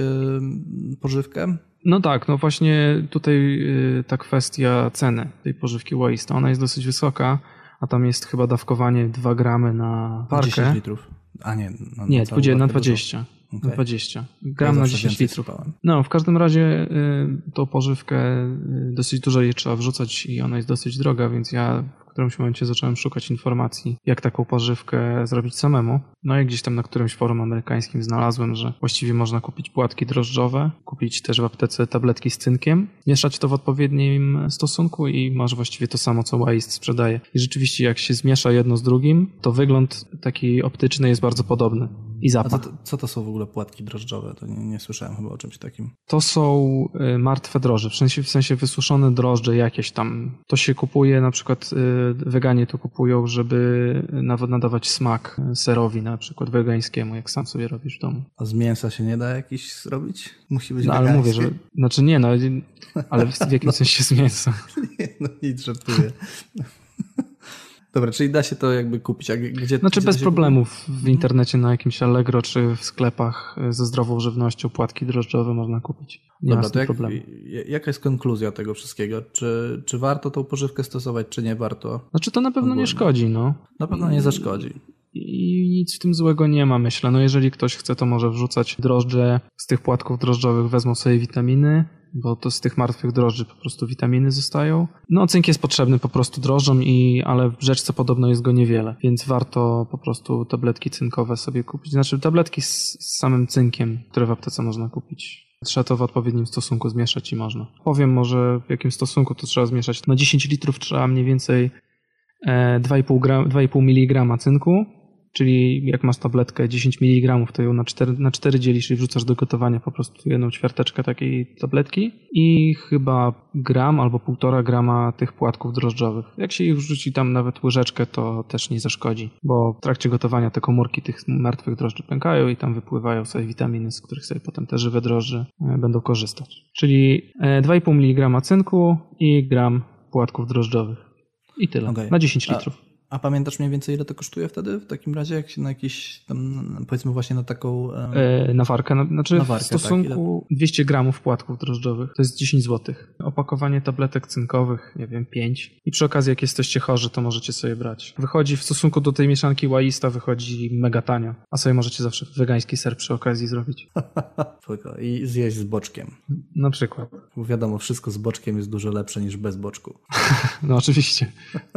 pożywkę? No tak, no właśnie tutaj y, ta kwestia ceny tej pożywki Waste, ona jest dosyć wysoka, a tam jest chyba dawkowanie dwa gramy na parkę. dziesięć litrów. A nie, na, Nie, na całą dwadzieścia, na parkę dużo. dwadzieścia. Na Okej. dwadzieścia. Ja Gram na zawsze dziesięć więcej litrów. sypałem. No, w każdym razie y, tą pożywkę y, dosyć dużo jej trzeba wrzucać i ona jest dosyć droga, więc ja w którymś momencie zacząłem szukać informacji, jak taką pożywkę zrobić samemu. No i gdzieś tam na którymś forum amerykańskim znalazłem, że właściwie można kupić płatki drożdżowe, kupić też w aptece tabletki z cynkiem, mieszać to w odpowiednim stosunku i masz właściwie to samo, co Waste sprzedaje. I rzeczywiście jak się zmiesza jedno z drugim, to wygląd taki optyczny jest bardzo podobny. I A co, zapach. to- co to są w ogóle płatki drożdżowe? To nie, nie słyszałem chyba o czymś takim. To są y, martwe drożdże, w sensie, w sensie wysuszone drożdże jakieś tam. To się kupuje, na przykład y, weganie to kupują, żeby nawet nadawać smak serowi, na przykład wegańskiemu, jak sam sobie robisz w domu. A z mięsa się nie da jakiś zrobić? Musi być No ale mówię, wegańskie? że, znaczy nie no, ale w, w jakim sensie z mięsa. Nie, no nic, żartuję. Dobra, czyli da się to jakby kupić. A gdzie, Znaczy gdzie bez to się problemów w internecie na jakimś Allegro czy w sklepach ze zdrową żywnością płatki drożdżowe można kupić. Nie Dobra, ma z to tym jak, problemu. jaka jest konkluzja tego wszystkiego? Czy, czy warto tą pożywkę stosować, czy nie warto? Znaczy to na pewno Ogólnie. nie szkodzi, no. Na pewno nie zaszkodzi. I nic w tym złego nie ma, myślę. No jeżeli ktoś chce, to może wrzucać drożdże. Z tych płatków drożdżowych wezmą sobie witaminy, bo to z tych martwych drożdży po prostu witaminy zostają. No cynk jest potrzebny po prostu drożdżom, i, ale w rzeczce podobno jest go niewiele, więc warto po prostu tabletki cynkowe sobie kupić. Znaczy tabletki z, z samym cynkiem, które w aptece można kupić. Trzeba to w odpowiednim stosunku zmieszać i można. Powiem może w jakim stosunku to trzeba zmieszać. Na dziesięć litrów trzeba mniej więcej e, dwa i pół gra, dwa i pół miligrama cynku, czyli jak masz tabletkę dziesięć miligramów, to ją na cztery, na cztery dzielisz i wrzucasz do gotowania po prostu jedną ćwiarteczkę takiej tabletki i chyba gram albo półtora grama tych płatków drożdżowych. Jak się ich wrzuci tam nawet łyżeczkę, to też nie zaszkodzi, bo w trakcie gotowania te komórki tych martwych drożdży pękają i tam wypływają sobie witaminy, z których sobie potem te żywe drożdże będą korzystać. Czyli dwa i pół miligrama cynku i gram płatków drożdżowych. I tyle. Okay. Na dziesięć litrów. A... A pamiętasz mniej więcej, ile to kosztuje wtedy? W takim razie, jak się na jakiś tam, powiedzmy właśnie na taką... E... Na warkę. Na, znaczy na warkę, w stosunku tak, dwieście gramów płatków drożdżowych to jest dziesięć złotych. Opakowanie tabletek cynkowych, nie wiem, pięć. I przy okazji, jak jesteście chorzy, to możecie sobie brać. Wychodzi w stosunku do tej mieszanki łaista, wychodzi mega tanio. A sobie możecie zawsze wegański ser przy okazji zrobić. I zjeść z boczkiem. Na przykład. Bo wiadomo, wszystko z boczkiem jest dużo lepsze niż bez boczku. No oczywiście.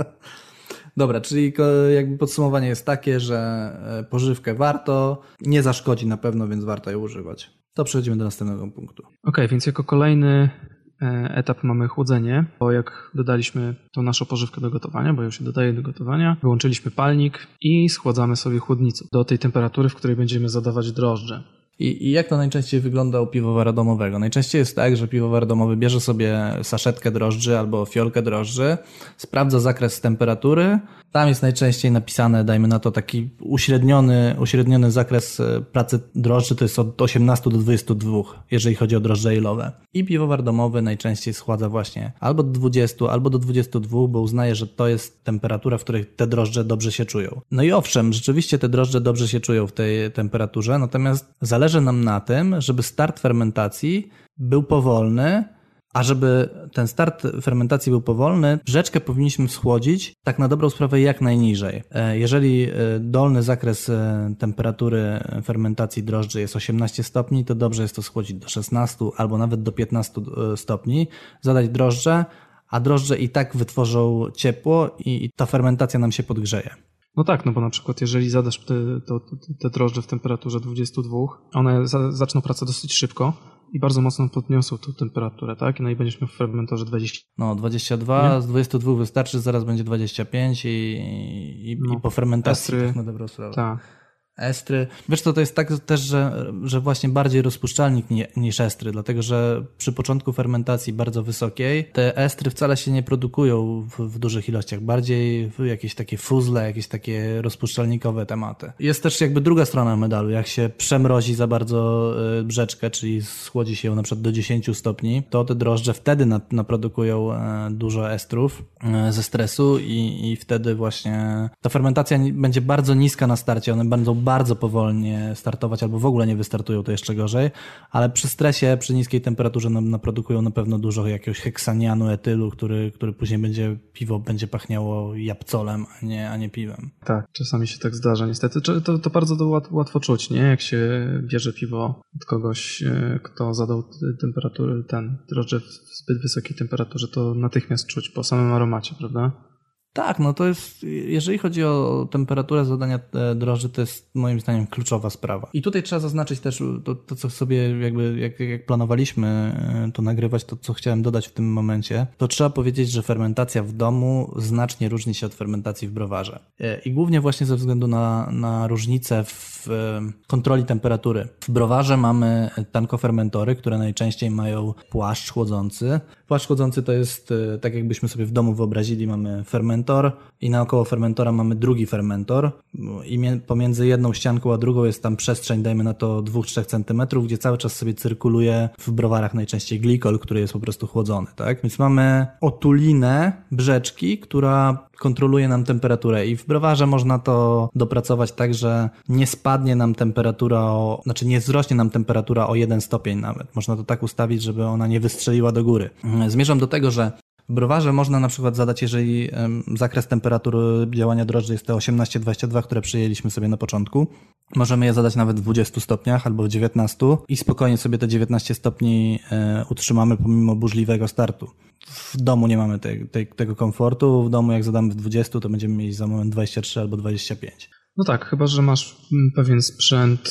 Dobra, czyli jakby podsumowanie jest takie, że pożywkę warto, nie zaszkodzi na pewno, więc warto ją używać. To przechodzimy do następnego punktu. Okej, okay, więc jako kolejny etap mamy chłodzenie, bo jak dodaliśmy tą naszą pożywkę do gotowania, bo ją się dodaje do gotowania, wyłączyliśmy palnik i schładzamy sobie chłodnicą do tej temperatury, w której będziemy zadawać drożdże. I, I jak to najczęściej wygląda u piwowara domowego? Najczęściej jest tak, że piwowar domowy bierze sobie saszetkę drożdży albo fiolkę drożdży, sprawdza zakres temperatury. Tam jest najczęściej napisane, dajmy na to taki uśredniony, uśredniony zakres pracy drożdży, to jest od osiemnastu do dwudziestu dwóch, jeżeli chodzi o drożdże ilowe. I piwowar domowy najczęściej schładza właśnie albo do dwudziestu, albo do dwudziestu dwóch, bo uznaje, że to jest temperatura, w której te drożdże dobrze się czują. No i owszem, rzeczywiście te drożdże dobrze się czują w tej temperaturze, natomiast zależy nam na tym, żeby start fermentacji był powolny, a żeby ten start fermentacji był powolny, rzeczkę powinniśmy schłodzić tak na dobrą sprawę jak najniżej. Jeżeli dolny zakres temperatury fermentacji drożdży jest osiemnaście stopni, to dobrze jest to schłodzić do szesnastu albo nawet do piętnastu stopni, zadać drożdże, a drożdże i tak wytworzą ciepło i ta fermentacja nam się podgrzeje. No tak, no bo na przykład jeżeli zadasz te, to, te drożdże w temperaturze dwudziestu dwóch, one za, zaczną pracę dosyć szybko i bardzo mocno podniosą tą temperaturę, tak? No i będziesz miał w fermentorze dwadzieścia. No dwadzieścia dwa, nie? Z dwudziestu dwóch wystarczy, zaraz będzie dwadzieścia pięć i, i, no. i po fermentacji Estry, tak na dobrą sprawę. Tak. Estry. Wiesz co, to jest tak też, że, że właśnie bardziej rozpuszczalnik nie, niż estry, dlatego że przy początku fermentacji bardzo wysokiej te estry wcale się nie produkują w, w dużych ilościach, bardziej jakieś takie fuzle, jakieś takie rozpuszczalnikowe tematy. Jest też jakby druga strona medalu, jak się przemrozi za bardzo brzeczkę, czyli schłodzi się ją na przykład do dziesięciu stopni, to te drożdże wtedy naprodukują dużo estrów ze stresu i, i wtedy właśnie ta fermentacja będzie bardzo niska na starcie, one będą bardzo powolnie startować albo w ogóle nie wystartują, to jeszcze gorzej, ale przy stresie, przy niskiej temperaturze naprodukują na pewno dużo jakiegoś heksanianu, etylu, który, który później będzie, piwo będzie pachniało jabłcolem, a nie, a nie piwem. Tak, czasami się tak zdarza niestety. To, to bardzo to łatwo czuć, nie? Jak się bierze piwo od kogoś, kto zadał temperatury, ten drożdże w zbyt wysokiej temperaturze, to natychmiast czuć po samym aromacie, prawda? Tak, no to jest, jeżeli chodzi o temperaturę zadania drożdży, to jest moim zdaniem kluczowa sprawa. I tutaj trzeba zaznaczyć też to, to co sobie jakby, jak, jak planowaliśmy to nagrywać, to co chciałem dodać w tym momencie, to trzeba powiedzieć, że fermentacja w domu znacznie różni się od fermentacji w browarze. I głównie właśnie ze względu na, na różnicę w kontroli temperatury. W browarze mamy tankofermentory, które najczęściej mają płaszcz chłodzący, Płaszcz chłodzący to jest tak jakbyśmy sobie w domu wyobrazili, mamy fermentor i naokoło fermentora mamy drugi fermentor i pomiędzy jedną ścianką a drugą jest tam przestrzeń, dajmy na to dwa do trzech centymetrów, gdzie cały czas sobie cyrkuluje w browarach najczęściej glikol, który jest po prostu chłodzony, tak? Więc mamy otulinę brzeczki, która kontroluje nam temperaturę i w browarze można to dopracować tak, że nie spadnie nam temperatura o, znaczy nie wzrośnie nam temperatura o jeden stopień nawet. Można to tak ustawić, żeby ona nie wystrzeliła do góry. Zmierzam do tego, że w browarze można na przykład zadać, jeżeli zakres temperatury działania drożdży jest te osiemnaście dwadzieścia dwa, które przyjęliśmy sobie na początku, możemy je zadać nawet w dwudziestu stopniach albo w dziewiętnastu i spokojnie sobie te dziewiętnaście stopni utrzymamy pomimo burzliwego startu. W domu nie mamy te, te, tego komfortu, w domu jak zadamy w dwudziestu, to będziemy mieć za moment dwadzieścia trzy albo dwadzieścia pięć. No tak, chyba że masz pewien sprzęt,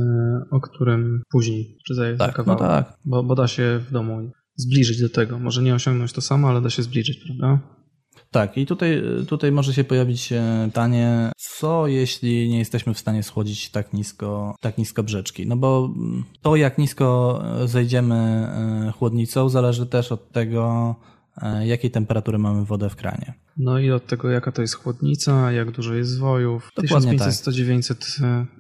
o którym później przyzajesz tak, kawałek, no tak. bo, bo da się w domu zbliżyć do tego. Może nie osiągnąć to samo, ale da się zbliżyć, prawda? Tak, i tutaj, tutaj może się pojawić pytanie, co jeśli nie jesteśmy w stanie schłodzić tak nisko, tak nisko brzeczki? No bo to, jak nisko zejdziemy chłodnicą, zależy też od tego, jakiej temperatury mamy wodę w kranie. No i od tego, jaka to jest chłodnica, jak dużo jest zwojów. Dokładnie tysiąc pięćset, tak. sto, dziewięćset.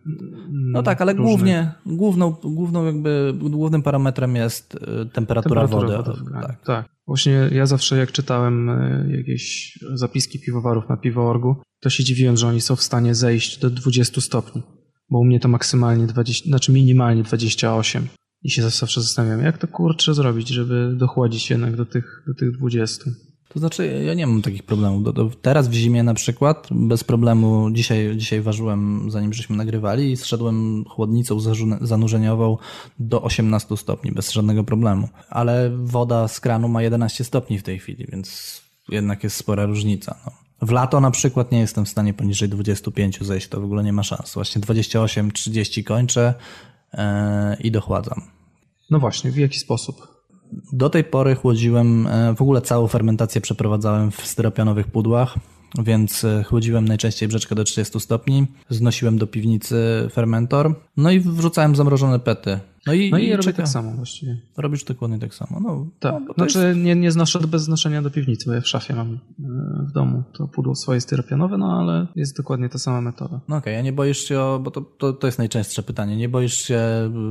No tak, ale różnych. głównie, główną, główną jakby, głównym parametrem jest temperatura, temperatura wody. wody w kranie. Tak. tak. Właśnie ja zawsze jak czytałem jakieś zapiski piwowarów na Piwoorgu, to się dziwiłem, że oni są w stanie zejść do dwudziestu stopni, bo u mnie to maksymalnie dwadzieścia, znaczy minimalnie dwadzieścia osiem. I się zawsze zastanawiam, jak to kurczę zrobić, żeby dochłodzić jednak do tych, do tych dwudziestu. To znaczy, ja nie mam takich problemów. Do, do, teraz w zimie na przykład, bez problemu, dzisiaj, dzisiaj ważyłem, zanim żeśmy nagrywali i zszedłem chłodnicą zanurzeniową do osiemnastu stopni, bez żadnego problemu. Ale woda z kranu ma jedenaście stopni w tej chwili, więc jednak jest spora różnica. No. W lato na przykład nie jestem w stanie poniżej dwudziestu pięciu zejść, to w ogóle nie ma szans. Właśnie dwadzieścia osiem trzydzieści kończę yy, i dochładzam. No właśnie, w jaki sposób? Do tej pory chłodziłem, w ogóle całą fermentację przeprowadzałem w styropianowych pudłach, więc chłodziłem najczęściej brzeczkę do trzydziestu stopni, znosiłem do piwnicy fermentor, no i wrzucałem zamrożone pety. No i, no i, i robię czeka. tak samo właściwie. Robisz dokładnie tak samo. No, tak. No, znaczy jest... nie, nie znoszę bez znoszenia do piwnicy, bo ja w szafie mam w domu to pudło swoje styropianowe, no ale jest dokładnie ta sama metoda. No okej, okay, a nie boisz się, o, bo to, to, to jest najczęstsze pytanie, nie boisz się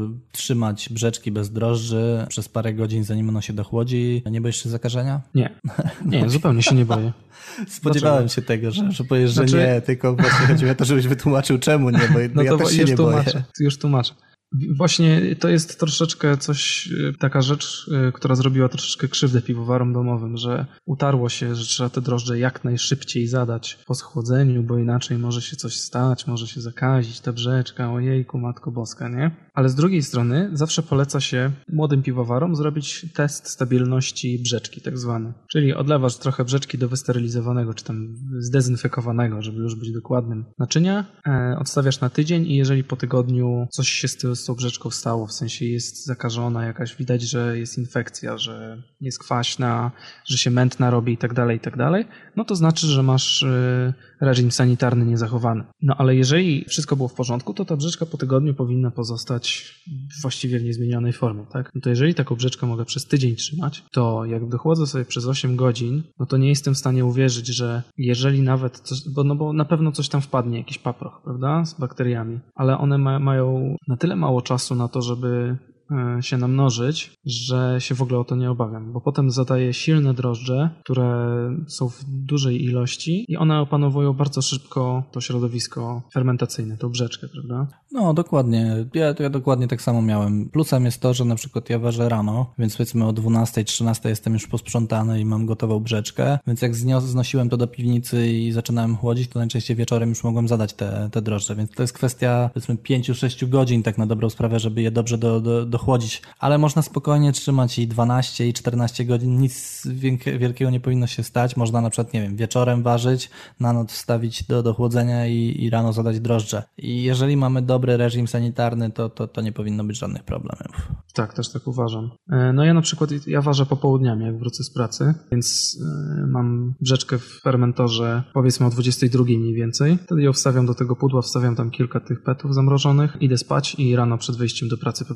trzymać brzeczki bez drożdży przez parę godzin, zanim ono się dochłodzi? Nie boisz się zakażenia? Nie, nie, zupełnie się nie boję. Spodziewałem Dlaczego? się tego, że, że powiesz, że znaczy... nie, tylko właśnie chodzi o to, żebyś wytłumaczył czemu nie, bo no ja to też się już nie tłumaczę, boję. Już tłumaczę. Właśnie to jest troszeczkę coś, taka rzecz, która zrobiła troszeczkę krzywdę piwowarom domowym, że utarło się, że trzeba te drożdże jak najszybciej zadać po schłodzeniu, bo inaczej może się coś stać, może się zakazić ta brzeczka, ojejku, Matko Boska, nie? Ale z drugiej strony zawsze poleca się młodym piwowarom zrobić test stabilności brzeczki, tak zwany. Czyli odlewasz trochę brzeczki do wysterylizowanego, czy tam zdezynfekowanego, żeby już być dokładnym naczynia, e, odstawiasz na tydzień i jeżeli po tygodniu coś się z, z tą brzeczką stało, w sensie jest zakażona jakaś, widać, że jest infekcja, że jest kwaśna, że się mętna robi i tak dalej, i tak dalej, no to znaczy, że masz e, reżim sanitarny niezachowany. No ale jeżeli wszystko było w porządku, to ta brzeczka po tygodniu powinna pozostać właściwie w niezmienionej formie, tak? No to jeżeli taką brzeczkę mogę przez tydzień trzymać, to jak dochłodzę sobie przez osiem godzin, no to nie jestem w stanie uwierzyć, że jeżeli nawet coś, bo, no bo na pewno coś tam wpadnie, jakiś paproch, prawda? Z bakteriami, ale one ma, mają na tyle mało czasu na to, żeby się namnożyć, że się w ogóle o to nie obawiam, bo potem zadaję silne drożdże, które są w dużej ilości i one opanowują bardzo szybko to środowisko fermentacyjne, tą brzeczkę, prawda? No, dokładnie. Ja, ja dokładnie tak samo miałem. Plusem jest to, że na przykład ja ważę rano, więc powiedzmy o dwunastej, trzynastej jestem już posprzątany i mam gotową brzeczkę, więc jak znios, znosiłem to do piwnicy i zaczynałem chłodzić, to najczęściej wieczorem już mogłem zadać te, te drożdże, więc to jest kwestia powiedzmy pięć sześć godzin tak na dobrą sprawę, żeby je dobrze do, do, dochłodzić, ale można spokojnie trzymać i dwanaście i czternaście godzin, nic wielkiego nie powinno się stać, można na przykład, nie wiem, wieczorem ważyć, na noc wstawić do, do chłodzenia i, i rano zadać drożdże. I jeżeli mamy dobry reżim sanitarny, to, to, to nie powinno być żadnych problemów. Tak, też tak uważam. No ja na przykład, ja ważę popołudniami, jak wrócę z pracy, więc mam brzeczkę w fermentorze powiedzmy o dwudziestej drugiej mniej więcej. Wtedy ją wstawiam do tego pudła, wstawiam tam kilka tych petów zamrożonych, idę spać i rano przed wyjściem do pracy po prostu zadaję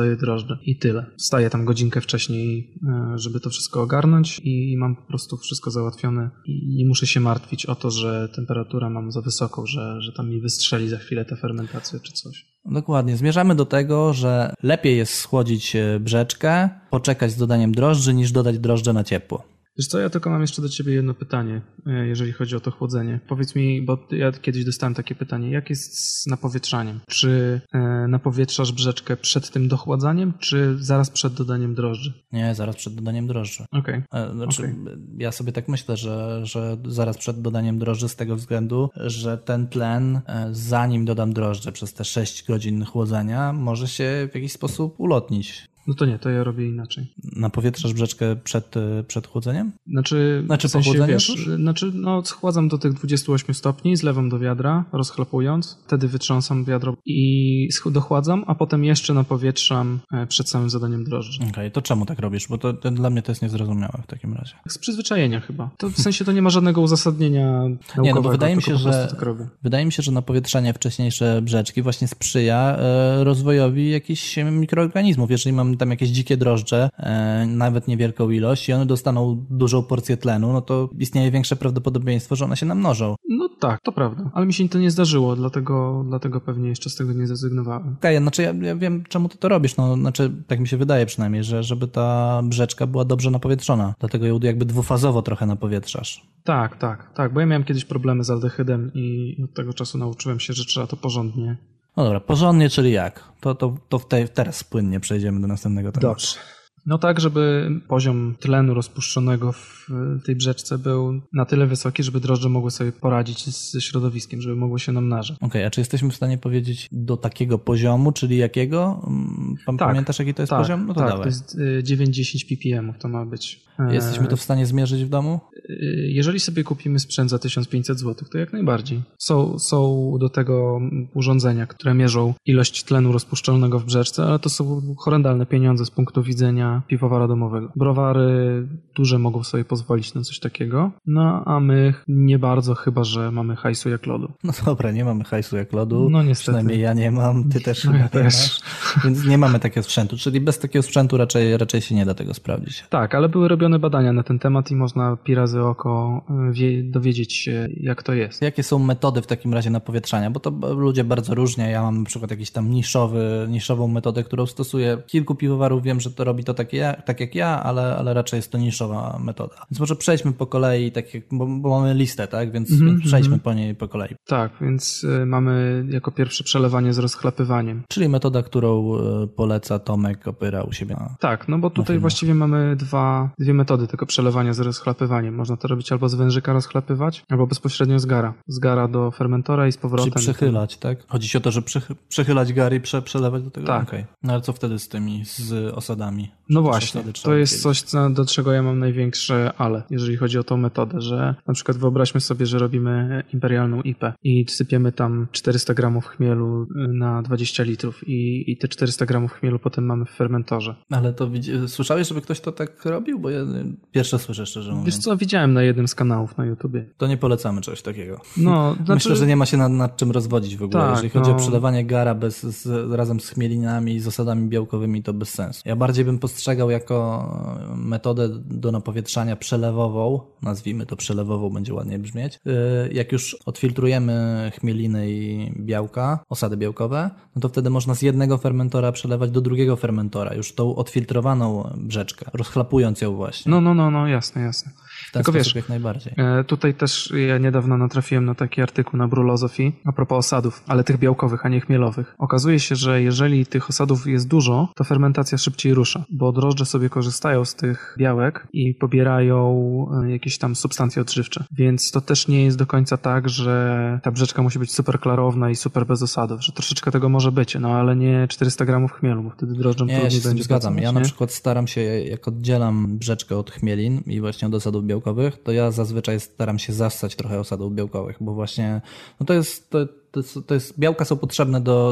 dodaję drożdże i tyle. Wstaję tam godzinkę wcześniej, żeby to wszystko ogarnąć i mam po prostu wszystko załatwione i nie muszę się martwić o to, że temperatura mam za wysoką, że, że tam mi wystrzeli za chwilę ta fermentacja czy coś. Dokładnie. Zmierzamy do tego, że lepiej jest schłodzić brzeczkę, poczekać z dodaniem drożdży, niż dodać drożdże na ciepło. Wiesz co, ja tylko mam jeszcze do ciebie jedno pytanie, jeżeli chodzi o to chłodzenie. Powiedz mi, bo ja kiedyś dostałem takie pytanie, jak jest z napowietrzaniem? Czy napowietrzasz brzeczkę przed tym dochładzaniem, czy zaraz przed dodaniem drożdży? Nie, zaraz przed dodaniem drożdży. Okej. Okay. Znaczy, okay. Ja sobie tak myślę, że, że zaraz przed dodaniem drożdży z tego względu, że ten tlen, zanim dodam drożdże przez te sześć godzin chłodzenia, może się w jakiś sposób ulotnić. No to nie, to ja robię inaczej. Napowietrzasz brzeczkę przed, przed chłodzeniem? Znaczy, znaczy w sensie, po chłodzeniu wiesz, znaczy, no schładzam do tych dwudziestu ośmiu stopni, zlewam do wiadra, rozchlapując, wtedy wytrząsam wiadro i dochładzam, a potem jeszcze napowietrzam przed samym zadaniem drożdży. Okej, okay, to czemu tak robisz? Bo to, to dla mnie to jest niezrozumiałe w takim razie. Z przyzwyczajenia chyba. To w sensie to nie ma żadnego uzasadnienia naukowego. Nie, no bo wydaje mi się, że tak robię. Wydaje mi się, że napowietrzanie wcześniejsze brzeczki właśnie sprzyja e, rozwojowi jakichś mikroorganizmów. Jeżeli mamy tam jakieś dzikie drożdże, e, nawet niewielką ilość i one dostaną dużą porcję tlenu, no to istnieje większe prawdopodobieństwo, że one się namnożą. No tak, to prawda. Ale mi się to nie zdarzyło, dlatego, dlatego pewnie jeszcze z tego nie zrezygnowałem. Okej, okay, znaczy ja, ja wiem, czemu ty to robisz. No, znaczy, tak mi się wydaje przynajmniej, że żeby ta brzeczka była dobrze napowietrzona. Dlatego ją jakby dwufazowo trochę napowietrzasz. Tak, tak, tak, bo ja miałem kiedyś problemy z aldehydem i od tego czasu nauczyłem się, że trzeba to porządnie. No dobra, porządnie, czyli jak? To, to, to w tej, teraz płynnie przejdziemy do następnego tematu. Dobrze. No tak, żeby poziom tlenu rozpuszczonego w tej brzeczce był na tyle wysoki, żeby drożdże mogły sobie poradzić ze środowiskiem, żeby mogły się namnażać. Okej, okay, a czy jesteśmy w stanie powiedzieć do takiego poziomu, czyli jakiego? Pan tak, pamiętasz, jaki to jest tak, poziom? No to tak, dawaj. to jest dziewięć do dziesięciu ppm to ma być. Jesteśmy to w stanie zmierzyć w domu? Jeżeli sobie kupimy sprzęt za tysiąc pięćset złotych, to jak najbardziej. Są, są do tego urządzenia, które mierzą ilość tlenu rozpuszczalnego w brzeczce, ale to są horrendalne pieniądze z punktu widzenia piwowara domowego. Browary duże mogą sobie pozwolić na coś takiego, no a my nie bardzo, chyba że mamy hajsu jak lodu. No dobra, nie mamy hajsu jak lodu. No niestety. Przynajmniej ja nie mam, ty też no chyba ja nie też. masz. Więc nie mamy takiego sprzętu, czyli bez takiego sprzętu raczej, raczej się nie da tego sprawdzić. Tak, ale były robione badania na ten temat i można pi razy oko wie, dowiedzieć się, jak to jest. Jakie są metody w takim razie napowietrzania? Bo to ludzie bardzo różnie. Ja mam na przykład jakiś tam niszowy, niszową metodę, którą stosuję. Kilku piwowarów wiem, że to robi to tak, ja, tak jak ja, ale, ale raczej jest to niszowa metoda. Więc może przejdźmy po kolei, tak jak, bo, bo mamy listę, tak? Więc, mm-hmm. więc przejdźmy po niej po kolei. Tak, więc y, mamy jako pierwsze przelewanie z rozchlapywaniem. Czyli metoda, którą y, poleca Tomek Kopyra u siebie. Na, tak, no bo tutaj właściwie mamy dwa, dwie metody tego przelewania z rozchlapywaniem. Można to robić albo z wężyka rozchlapywać, albo bezpośrednio z gara. Z gara do fermentora i z powrotem. Czyli przychylać, tak? Chodzi ci o to, że przychy- przychylać gar i prze- przelewać do tego? Tak. Okay. No ale co wtedy z tymi, z osadami? No właśnie, to jest coś, co, do czego ja mam największe ale, jeżeli chodzi o tą metodę, że na przykład wyobraźmy sobie, że robimy imperialną I P A i sypiemy tam czterysta gramów chmielu na dwadzieścia litrów i, i te czterysta gramów chmielu potem mamy w fermentorze. Ale to widzi- słyszałeś, żeby ktoś to tak robił? Bo ja pierwsze słyszę, szczerze mówiąc. Wiesz co, widziałem na jednym z kanałów na YouTubie. To nie polecamy czegoś takiego. No, znaczy... Myślę, że nie ma się nad, nad czym rozwodzić w ogóle. Tak, jeżeli chodzi no... o przelewanie gara bez, z, razem z chmielinami i z osadami białkowymi, to bez sensu. Ja bardziej bym postrzegał jako metodę do napowietrzania przelewową, nazwijmy to przelewową, będzie ładnie brzmieć. Jak już odfiltrujemy chmieliny i białka, osady białkowe, no to wtedy można z jednego fermentora przelewać do drugiego fermentora, już tą odfiltrowaną brzeczkę, rozchlapując ją właśnie. No, no, no, no, jasne, jasne. W ten Tylko sposób wiesz, jak najbardziej. Tutaj też ja niedawno natrafiłem na taki artykuł na Brulozofii a propos osadów, ale tych białkowych, a nie chmielowych. Okazuje się, że jeżeli tych osadów jest dużo, to fermentacja szybciej rusza, bo drożdże sobie korzystają z tych białek i pobierają jakieś tam substancje odżywcze. Więc to też nie jest do końca tak, że ta brzeczka musi być super klarowna i super bez osadów, że troszeczkę tego może być, no ale nie czterysta gramów chmielu, bo wtedy drożdżom nie, trudniej ja się będzie zgadzam. pracować, Ja nie? na przykład staram się, jak oddzielam brzeczkę od chmielin i właśnie od osadów białkowych, to ja zazwyczaj staram się zassać trochę osadów białkowych, bo właśnie no to jest, to, to jest, to jest białka są potrzebne do, dla,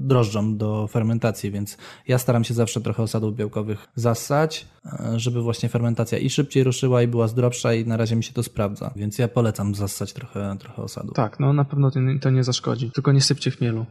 drożdżom do fermentacji, więc ja staram się zawsze trochę osadów białkowych zassać, żeby właśnie fermentacja i szybciej ruszyła i była zdrowsza i na razie mi się to sprawdza, więc ja polecam zassać trochę, trochę osadu. Tak, no na pewno to nie zaszkodzi, tylko nie sypcie chmielu.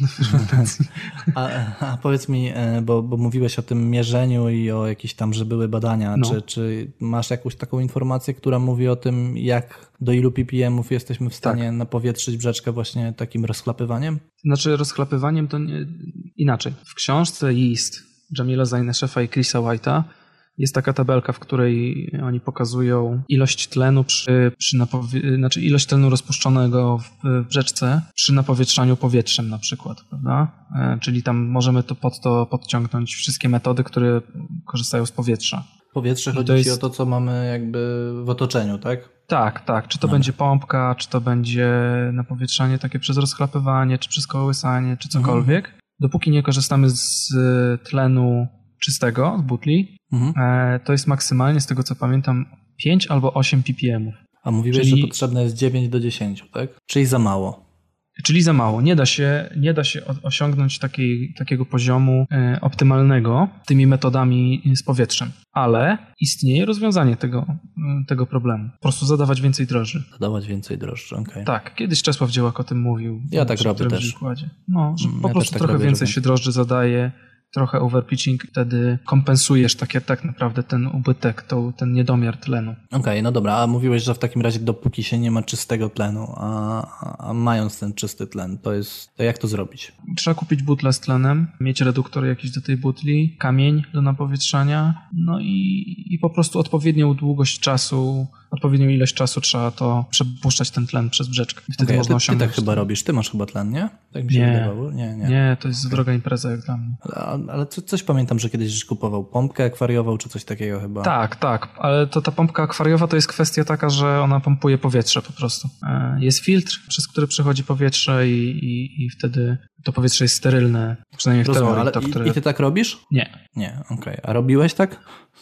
a, a powiedz mi, bo, bo mówiłeś o tym mierzeniu i o jakichś tam, że były badania, no. czy, czy masz jakąś taką informację, która mówi o tym, jak do ilu P P M-ów jesteśmy w stanie tak. napowietrzyć brzeczkę właśnie takim rozchlapywaniem? Znaczy rozchlapywaniem to nie, inaczej. W książce Yeast Jamila Zaineshefa i Chrisa White'a jest taka tabelka, w której oni pokazują ilość tlenu przy, przy napowie- znaczy ilość tlenu rozpuszczonego w brzeczce przy napowietrzaniu powietrzem na przykład, prawda? E, czyli tam możemy to pod to podciągnąć wszystkie metody, które korzystają z powietrza. Powietrze chodzi jest... ci o to, co mamy jakby w otoczeniu, tak? Tak, tak. Czy to Dobra. będzie pompka, czy to będzie napowietrzanie takie przez rozchlapywanie, czy przez kołysanie, czy cokolwiek. Mhm. Dopóki nie korzystamy z tlenu czystego, z butli, mhm. to jest maksymalnie, z tego co pamiętam, pięć albo osiem P P M-ów. A mówiłeś, Czyli... że potrzebne jest dziewięć do dziesięciu, tak? Czyli za mało. Czyli za mało. Nie da się, nie da się osiągnąć takiej, takiego poziomu e, optymalnego tymi metodami z powietrzem. Ale istnieje rozwiązanie tego, tego problemu. Po prostu zadawać więcej drożdży. Zadawać więcej drożdży, okej. Okay. Tak. Kiedyś Czesław Dziełak o tym mówił. Ja tak robię też. Wykładzie. No, że po ja prostu tak trochę robię, więcej że... się drożdży zadaje, trochę overpitching, wtedy kompensujesz takie, tak naprawdę ten ubytek, to, ten niedomiar tlenu. Okej, okay, no dobra, a mówiłeś, że w takim razie dopóki się nie ma czystego tlenu, a, a mając ten czysty tlen, to jest, to jak to zrobić? Trzeba kupić butlę z tlenem, mieć reduktor jakiś do tej butli, kamień do napowietrzania, no i, i po prostu odpowiednią długość czasu, odpowiednią ilość czasu trzeba to przepuszczać ten tlen przez brzeczkę. I wtedy okay, można ty, osiągnąć. Ty tak chyba robisz, ty masz chyba tlen, nie? Tak mi się nie, wydawało. Nie, nie. Nie, to jest okay. droga impreza jak dla mnie. A, ale co, coś pamiętam, że kiedyś żeś kupował pompkę akwariową, czy coś takiego chyba. Tak, tak, ale to ta pompka akwariowa to jest kwestia taka, że ona pompuje powietrze po prostu. Jest filtr, przez który przechodzi powietrze i, i, i wtedy to powietrze jest sterylne, przynajmniej w Rozumiem, teorii. Ale to, i, które... I ty tak robisz? Nie. Nie, okej. Okay. A robiłeś tak?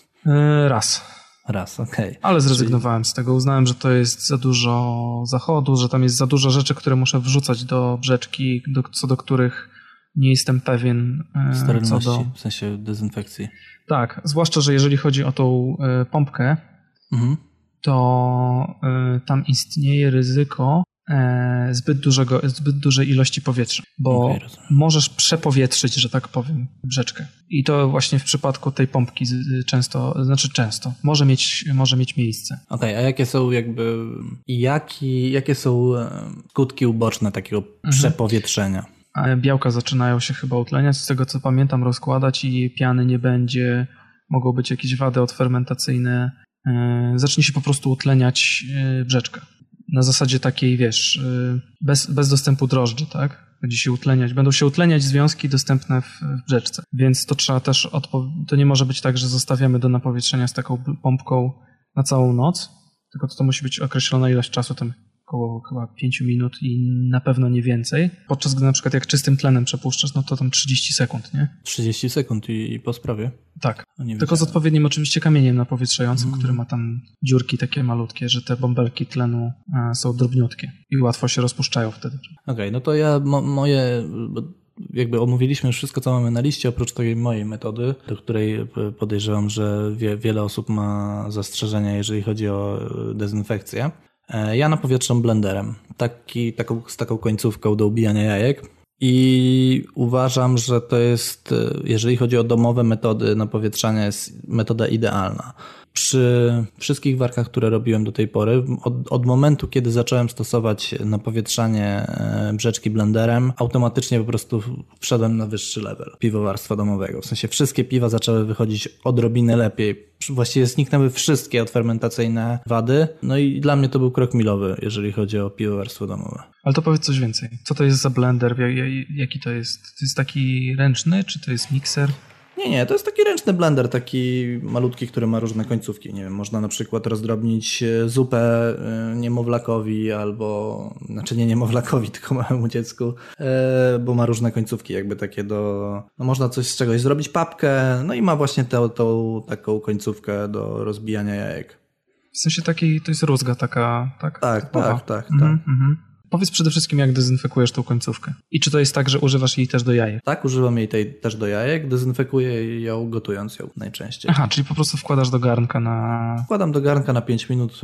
Yy, raz. Raz, okej. Okay. Ale zrezygnowałem Czyli... z tego. Uznałem, że to jest za dużo zachodu, że tam jest za dużo rzeczy, które muszę wrzucać do brzeczki, do, co do których nie jestem pewien. Sterylności, co do... w sensie dezynfekcji. Tak, zwłaszcza, że jeżeli chodzi o tą y, pompkę, mhm. to y, tam istnieje ryzyko y, zbyt, dużego, zbyt dużej ilości powietrza, bo okay, możesz przepowietrzyć, że tak powiem, brzeczkę. I to właśnie w przypadku tej pompki y, często, znaczy często, może mieć, może mieć miejsce. Okej, okay, a jakie są jakby, jaki, jakie są skutki uboczne takiego mhm. przepowietrzenia? Białka zaczynają się chyba utleniać, z tego co pamiętam, rozkładać i piany nie będzie, mogą być jakieś wady odfermentacyjne, zacznie się po prostu utleniać brzeczka. Na zasadzie takiej, wiesz, bez, bez dostępu drożdży, tak? Będzie się utleniać, będą się utleniać związki dostępne w, w brzeczce, więc to trzeba też, odpo- to nie może być tak, że zostawiamy do napowietrzenia z taką pompką na całą noc, tylko to, to musi być określona ilość czasu, tam około chyba pięć minut i na pewno nie więcej. Podczas gdy na przykład jak czystym tlenem przepuszczasz, no to tam trzydzieści sekund, nie? trzydzieści sekund i, i po sprawie? Tak. Tylko z odpowiednim oczywiście kamieniem napowietrzającym, mm. który ma tam dziurki takie malutkie, że te bąbelki tlenu a, są drobniutkie i łatwo się rozpuszczają wtedy. Okej, okay, no to ja mo- moje... Jakby omówiliśmy już wszystko, co mamy na liście, oprócz tej mojej metody, do której podejrzewam, że wie, wiele osób ma zastrzeżenia, jeżeli chodzi o dezynfekcję. Ja napowietrzam blenderem, taki, taką, z taką końcówką do ubijania jajek i uważam, że to jest, jeżeli chodzi o domowe metody napowietrzania, jest metoda idealna. Przy wszystkich warkach, które robiłem do tej pory, od, od momentu, kiedy zacząłem stosować napowietrzanie brzeczki blenderem, automatycznie po prostu wszedłem na wyższy level piwowarstwa domowego. W sensie wszystkie piwa zaczęły wychodzić odrobinę lepiej. Właściwie zniknęły wszystkie odfermentacyjne wady. No i dla mnie to był krok milowy, jeżeli chodzi o piwowarstwo domowe. Ale to powiedz coś więcej. Co to jest za blender? Jaki to jest? To jest taki ręczny, czy to jest mikser? Nie, nie, to jest taki ręczny blender, taki malutki, który ma różne końcówki. Nie wiem, można na przykład rozdrobnić zupę niemowlakowi albo, znaczy nie niemowlakowi, tylko małemu dziecku, bo ma różne końcówki jakby takie do, no można coś z czegoś zrobić, papkę, no i ma właśnie tę, tą taką końcówkę do rozbijania jajek. W sensie takiej, to jest rózga taka, tak? Tak, typowa. tak, tak, mhm, tak. Mhm. Powiedz przede wszystkim, jak dezynfekujesz tą końcówkę. I czy to jest tak, że używasz jej też do jajek? Tak, używam jej tej też do jajek, dezynfekuję ją gotując ją najczęściej. Aha, czyli po prostu wkładasz do garnka na... Wkładam do garnka na pięć minut,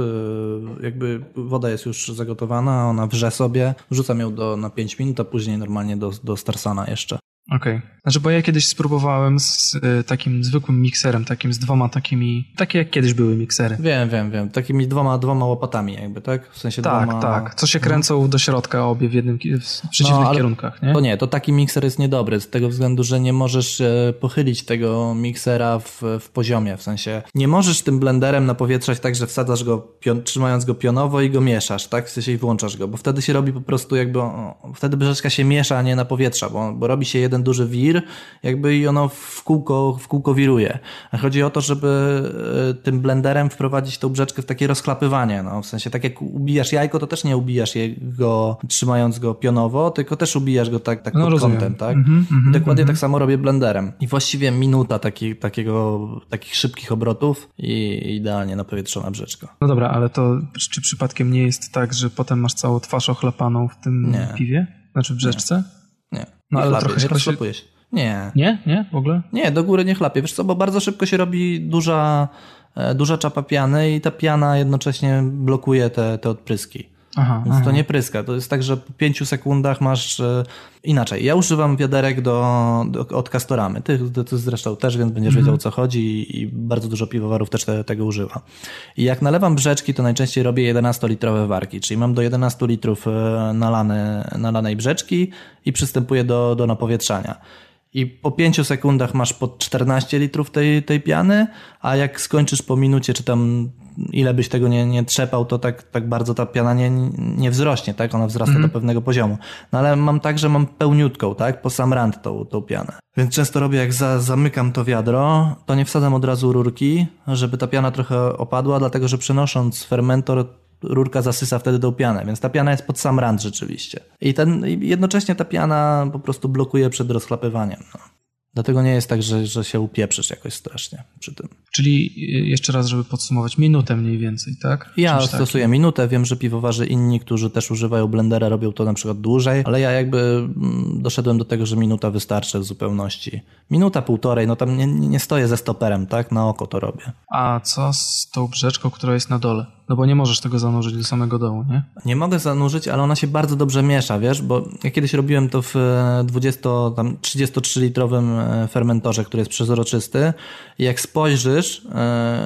jakby woda jest już zagotowana, ona wrze sobie, wrzucam ją do, na pięć minut, a później normalnie do, do Starsana jeszcze. Okej. Okay. Znaczy, bo ja kiedyś spróbowałem z y, takim zwykłym mikserem, takim z dwoma takimi, takie jak kiedyś były miksery. Wiem, wiem, wiem. Takimi dwoma, dwoma łopatami jakby, tak? W sensie tak, dwoma... tak. Co się kręcą hmm. do środka obie w jednym, w przeciwnych no, kierunkach, nie? To nie, to taki mikser jest niedobry z tego względu, że nie możesz e, pochylić tego miksera w, w poziomie, w sensie nie możesz tym blenderem napowietrzać tak, że wsadzasz go pion, trzymając go pionowo i go mieszasz, tak? W sensie i włączasz go, bo wtedy się robi po prostu jakby, o, wtedy brzeczka się miesza, a nie napowietrza, bo, bo robi się jeden duży wir, jakby i ono w kółko, w kółko wiruje. A chodzi o to, żeby tym blenderem wprowadzić tą brzeczkę w takie rozklapywanie. No, w sensie tak jak ubijasz jajko, to też nie ubijasz jego trzymając go pionowo, tylko też ubijasz go tak, tak no, pod rozumiem. kątem. Tak? Mm-hmm, mm-hmm, Dokładnie mm-hmm. tak samo robię blenderem. I właściwie minuta taki, takiego, takich szybkich obrotów i idealnie napowietrzona brzeczka. No dobra, ale to czy przypadkiem nie jest tak, że potem masz całą twarz ochlapaną w tym nie. piwie? Znaczy w brzeczce? Nie. nie. No nie ale chlapie, trochę się... rozklapuje się. Nie. Nie? Nie? W ogóle? Nie, do góry nie chlapie. Wiesz co, bo bardzo szybko się robi duża, duża czapa piany i ta piana jednocześnie blokuje te, te odpryski. Aha, Więc aha. to nie pryska. To jest tak, że po pięciu sekundach masz e, inaczej. Ja używam wiaderek do, do, od Castoramy. Ty, ty zresztą też, więc będziesz mhm. wiedział, o co chodzi i, i bardzo dużo piwowarów też te, tego używa. I jak nalewam brzeczki, to najczęściej robię jedenastolitrowe warki, czyli mam do jedenastu litrów nalane, nalanej brzeczki i przystępuję do, do napowietrzania. I po pięciu sekundach masz po czternaście litrów tej, tej piany, a jak skończysz po minucie, czy tam ile byś tego nie, nie trzepał, to tak, tak bardzo ta piana nie, nie wzrośnie, tak? Ona wzrasta mm-hmm. do pewnego poziomu. No ale mam tak, że mam pełniutką, tak? Po sam rand tą, tą pianę. Więc często robię, jak za, zamykam to wiadro, to nie wsadzam od razu rurki, żeby ta piana trochę opadła, dlatego że przenosząc fermentor, rurka zasysa wtedy tą pianę, więc ta piana jest pod sam rand rzeczywiście. I ten, jednocześnie ta piana po prostu blokuje przed rozchlapywaniem. No. Dlatego nie jest tak, że, że się upieprzysz jakoś strasznie przy tym. Czyli jeszcze raz, żeby podsumować, minutę mniej więcej, tak? Ja Czymś stosuję takim? minutę. Wiem, że piwowarzy inni, którzy też używają blendera, robią to na przykład dłużej, ale ja jakby doszedłem do tego, że minuta wystarczy w zupełności. Minuta, półtorej, no tam nie, nie stoję ze stoperem, tak? Na oko to robię. A co z tą brzeczką, która jest na dole? No bo nie możesz tego zanurzyć do samego dołu, nie? Nie mogę zanurzyć, ale ona się bardzo dobrze miesza, wiesz, bo ja kiedyś robiłem to w dwudziesto, tam trzydziestotrzylitrowym fermentorze, który jest przezroczysty i jak spojrzysz yy,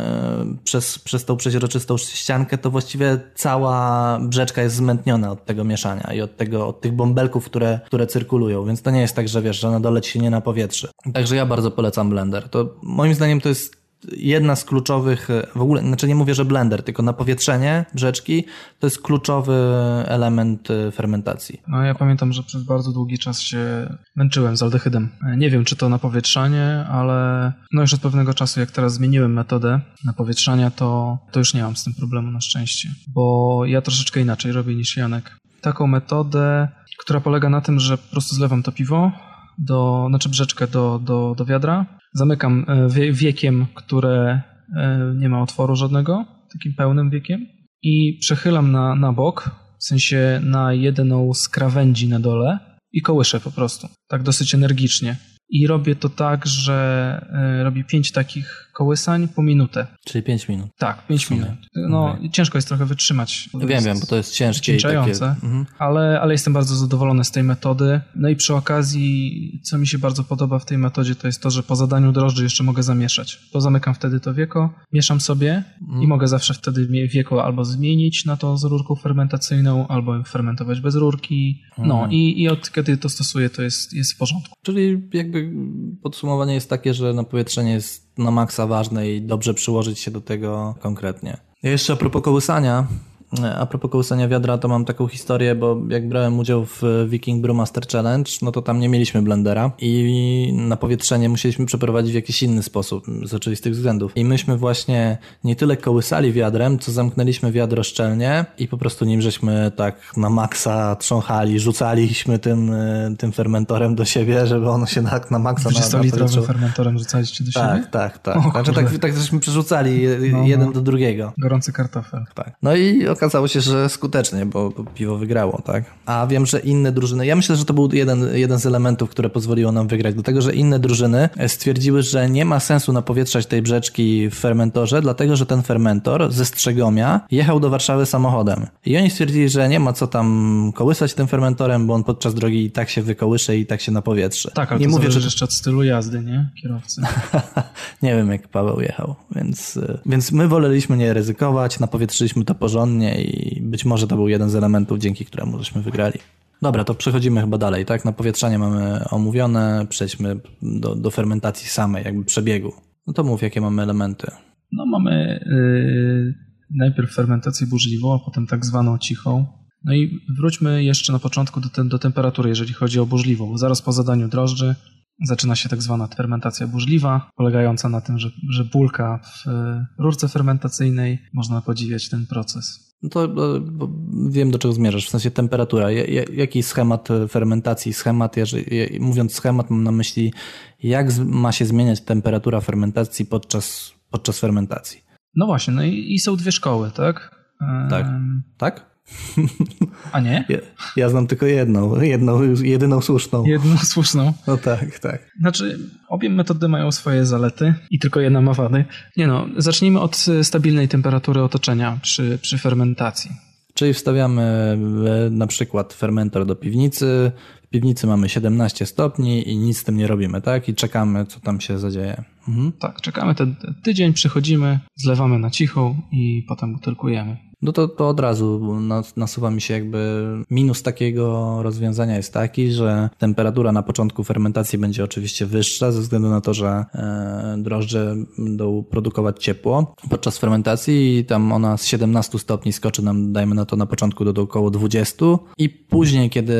przez, przez tą przeźroczystą ściankę, to właściwie cała brzeczka jest zmętniona od tego mieszania i od tego, od tych bąbelków, które, które cyrkulują, więc to nie jest tak, że wiesz, że na dole ci się nie napowietrzy. Także ja bardzo polecam blender. To moim zdaniem to jest jedna z kluczowych, w ogóle, znaczy nie mówię, że blender, tylko napowietrzenie brzeczki to jest kluczowy element fermentacji. No ja pamiętam, że przez bardzo długi czas się męczyłem z aldehydem. Nie wiem, czy to napowietrzanie, ale no już od pewnego czasu, jak teraz zmieniłem metodę napowietrzania, to, to już nie mam z tym problemu na szczęście, bo ja troszeczkę inaczej robię niż Janek. Taką metodę, która polega na tym, że po prostu zlewam to piwo, do, znaczy brzeczkę do, do, do wiadra, zamykam wie, wiekiem, które nie ma otworu żadnego, takim pełnym wiekiem i przechylam na, na bok, w sensie na jedną z krawędzi na dole i kołyszę po prostu, tak dosyć energicznie. I robię to tak, że robię pięć takich kołysań po minutę. Czyli pięć minut. Tak, pięć minut. No okay. Ciężko jest trochę wytrzymać. Wiem, wiem, bo to jest ciężkie i takie... mhm. ale, ale jestem bardzo zadowolony z tej metody. No i przy okazji, co mi się bardzo podoba w tej metodzie, to jest to, że po zadaniu drożdży jeszcze mogę zamieszać. To zamykam wtedy to wieko, mieszam sobie mhm. i mogę zawsze wtedy wieko albo zmienić na to z rurką fermentacyjną, albo fermentować bez rurki. No mhm. i, i od kiedy to stosuję, to jest, jest w porządku. Czyli jakby podsumowanie jest takie, że napowietrzenie jest na maksa ważne i dobrze przyłożyć się do tego konkretnie. Ja jeszcze a propos kołysania, a propos kołysania wiadra, to mam taką historię, bo jak brałem udział w Viking Brewmaster Challenge, no to tam nie mieliśmy blendera i napowietrzenie musieliśmy przeprowadzić w jakiś inny sposób, z oczywistych względów. I myśmy właśnie nie tyle kołysali wiadrem, co zamknęliśmy wiadro szczelnie i po prostu nim żeśmy tak na maksa trząchali, rzucaliśmy tym, tym fermentorem do siebie, żeby ono się tak na maksa... dwudziestolitrowym fermentorem rzucaliście do siebie? Tak, tak, tak. O, znaczy tak, tak żeśmy przerzucali no, jeden no. do drugiego. Gorący kartofel. Tak. No i okazało się, że skutecznie, bo piwo wygrało, tak? A wiem, że inne drużyny, ja myślę, że to był jeden, jeden z elementów, które pozwoliło nam wygrać, dlatego, że inne drużyny stwierdziły, że nie ma sensu napowietrzać tej brzeczki w fermentorze, dlatego, że ten fermentor ze Strzegomia jechał do Warszawy samochodem. I oni stwierdzili, że nie ma co tam kołysać tym fermentorem, bo on podczas drogi i tak się wykołysze i tak się napowietrze. Tak, ale nie to mówię, zależy że jeszcze od stylu jazdy, nie? Kierowcy. nie wiem, jak Paweł jechał, więc, więc my woleliśmy nie ryzykować, napowietrzyliśmy to porządnie i być może to był jeden z elementów, dzięki któremu żeśmy wygrali. Dobra, to przechodzimy chyba dalej, tak? Napowietrzanie mamy omówione, przejdźmy do, do fermentacji samej, jakby przebiegu. No to mów, jakie mamy elementy. No mamy yy, najpierw fermentację burzliwą, a potem tak zwaną cichą. No i wróćmy jeszcze na początku do, te, do temperatury, jeżeli chodzi o burzliwą. Zaraz po zadaniu drożdży zaczyna się tak zwana fermentacja burzliwa, polegająca na tym, że, że bulka w rurce fermentacyjnej, można podziwiać ten proces. No to bo, bo wiem, do czego zmierzasz, w sensie temperatura. Jaki schemat fermentacji? Schemat, jeżeli, mówiąc schemat, mam na myśli, jak ma się zmieniać temperatura fermentacji podczas, podczas fermentacji. No właśnie, no i, i są dwie szkoły, tak? Tak. Tak? A nie? Ja, ja znam tylko jedną, jedną, jedyną słuszną. Jedną słuszną. No tak, tak. Znaczy, obie metody mają swoje zalety i tylko jedna ma wady. Nie no, zacznijmy od stabilnej temperatury otoczenia przy, przy fermentacji. Czyli wstawiamy na przykład fermentor do piwnicy, w piwnicy mamy siedemnaście stopni i nic z tym nie robimy, tak? I czekamy, co tam się zadzieje. Mhm. Tak, czekamy ten tydzień, przychodzimy, zlewamy na cichą i potem butelkujemy. No to, to od razu nasuwa mi się jakby minus takiego rozwiązania jest taki, że temperatura na początku fermentacji będzie oczywiście wyższa ze względu na to, że e, drożdże będą produkować ciepło podczas fermentacji i tam ona z siedemnastu stopni skoczy nam, dajmy na to na początku do, do około dwudziestu i później, kiedy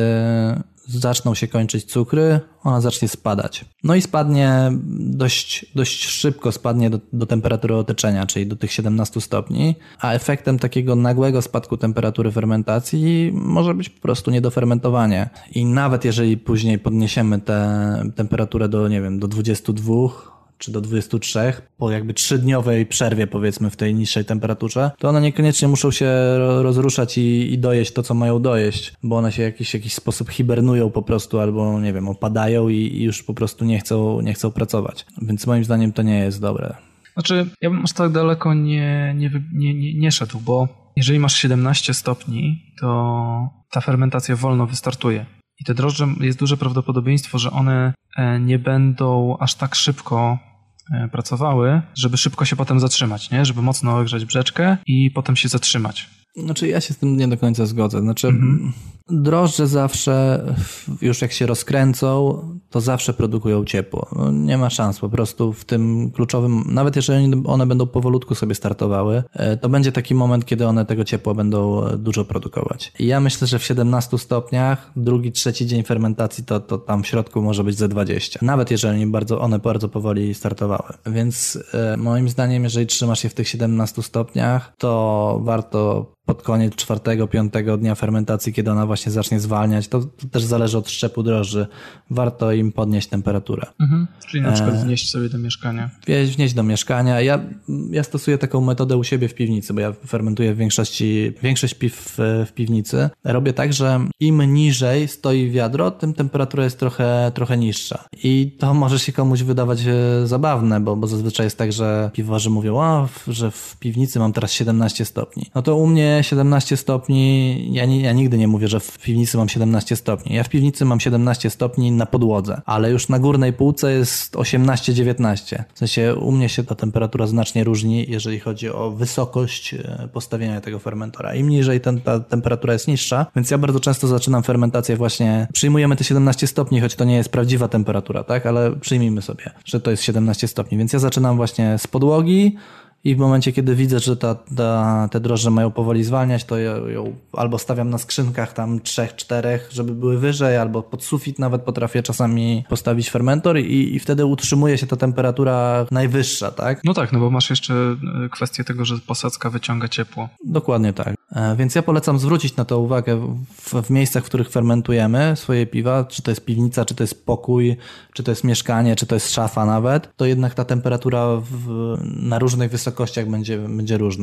zaczną się kończyć cukry, ona zacznie spadać. No i spadnie dość, dość szybko spadnie do, do temperatury otoczenia, czyli do tych siedemnastu stopni, a efektem takiego nagłego spadku temperatury fermentacji może być po prostu niedofermentowanie. I nawet jeżeli później podniesiemy tę temperaturę do, nie wiem, do dwudziestu dwóch czy do dwudziestu trzech, po jakby trzydniowej przerwie powiedzmy w tej niższej temperaturze, to one niekoniecznie muszą się rozruszać i, i dojeść to, co mają dojeść, bo one się w jakiś, jakiś sposób hibernują po prostu albo, nie wiem, opadają i, i już po prostu nie chcą, nie chcą pracować. Więc moim zdaniem to nie jest dobre. Znaczy, ja bym aż tak daleko nie, nie, nie, nie, nie szedł, bo jeżeli masz siedemnaście stopni, to ta fermentacja wolno wystartuje. I te drożdże, jest duże prawdopodobieństwo, że one nie będą aż tak szybko pracowały, żeby szybko się potem zatrzymać, nie? Żeby mocno ogrzać brzeczkę i potem się zatrzymać. Znaczy ja się z tym nie do końca zgodzę. Znaczy Mhm. drożdże zawsze, już jak się rozkręcą, to zawsze produkują ciepło. No, nie ma szans po prostu w tym kluczowym, nawet jeżeli one będą powolutku sobie startowały, to będzie taki moment, kiedy one tego ciepła będą dużo produkować. I ja myślę, że w siedemnastu stopniach drugi, trzeci dzień fermentacji to, to tam w środku może być ze dwadzieścia. Nawet jeżeli bardzo, one bardzo powoli startowały. Więc e, moim zdaniem, jeżeli trzymasz je w tych siedemnastu stopniach, to warto pod koniec czwartego, piątego dnia fermentacji, kiedy ona właśnie zacznie zwalniać, to, to też zależy od szczepu drożdży. Warto im podnieść temperaturę. Mhm. Czyli na przykład wnieść sobie do mieszkania. Wnieść, wnieść do mieszkania. Ja, ja stosuję taką metodę u siebie w piwnicy, bo ja fermentuję w większości, większość piw w, w piwnicy. Robię tak, że im niżej stoi wiadro, tym temperatura jest trochę, trochę niższa. I to może się komuś wydawać zabawne, bo, bo zazwyczaj jest tak, że piwowarzy mówią, o, że w piwnicy mam teraz siedemnaście stopni. No to u mnie siedemnaście stopni, ja, nie, ja nigdy nie mówię, że w piwnicy mam siedemnaście stopni. Ja w piwnicy mam siedemnaście stopni na podłodze, ale już na górnej półce jest osiemnaście dziewiętnaście. W sensie u mnie się ta temperatura znacznie różni, jeżeli chodzi o wysokość postawienia tego fermentora. Im niżej ten, ta temperatura jest niższa, więc ja bardzo często zaczynam fermentację właśnie, przyjmujemy te siedemnaście stopni, choć to nie jest prawdziwa temperatura, tak, ale przyjmijmy sobie, że to jest siedemnaście stopni, więc ja zaczynam właśnie z podłogi, i w momencie, kiedy widzę, że ta, ta, te drożdże mają powoli zwalniać, to ja ją albo stawiam na skrzynkach tam trzech, czterech, żeby były wyżej, albo pod sufit nawet potrafię czasami postawić fermentor i, i wtedy utrzymuje się ta temperatura najwyższa, tak? No tak, no bo masz jeszcze kwestię tego, że posadzka wyciąga ciepło. Dokładnie tak. Więc ja polecam zwrócić na to uwagę w, w miejscach, w których fermentujemy swoje piwa, czy to jest piwnica, czy to jest pokój, czy to jest mieszkanie, czy to jest szafa nawet, to jednak ta temperatura w, na różnych wysokościach będzie, będzie różna.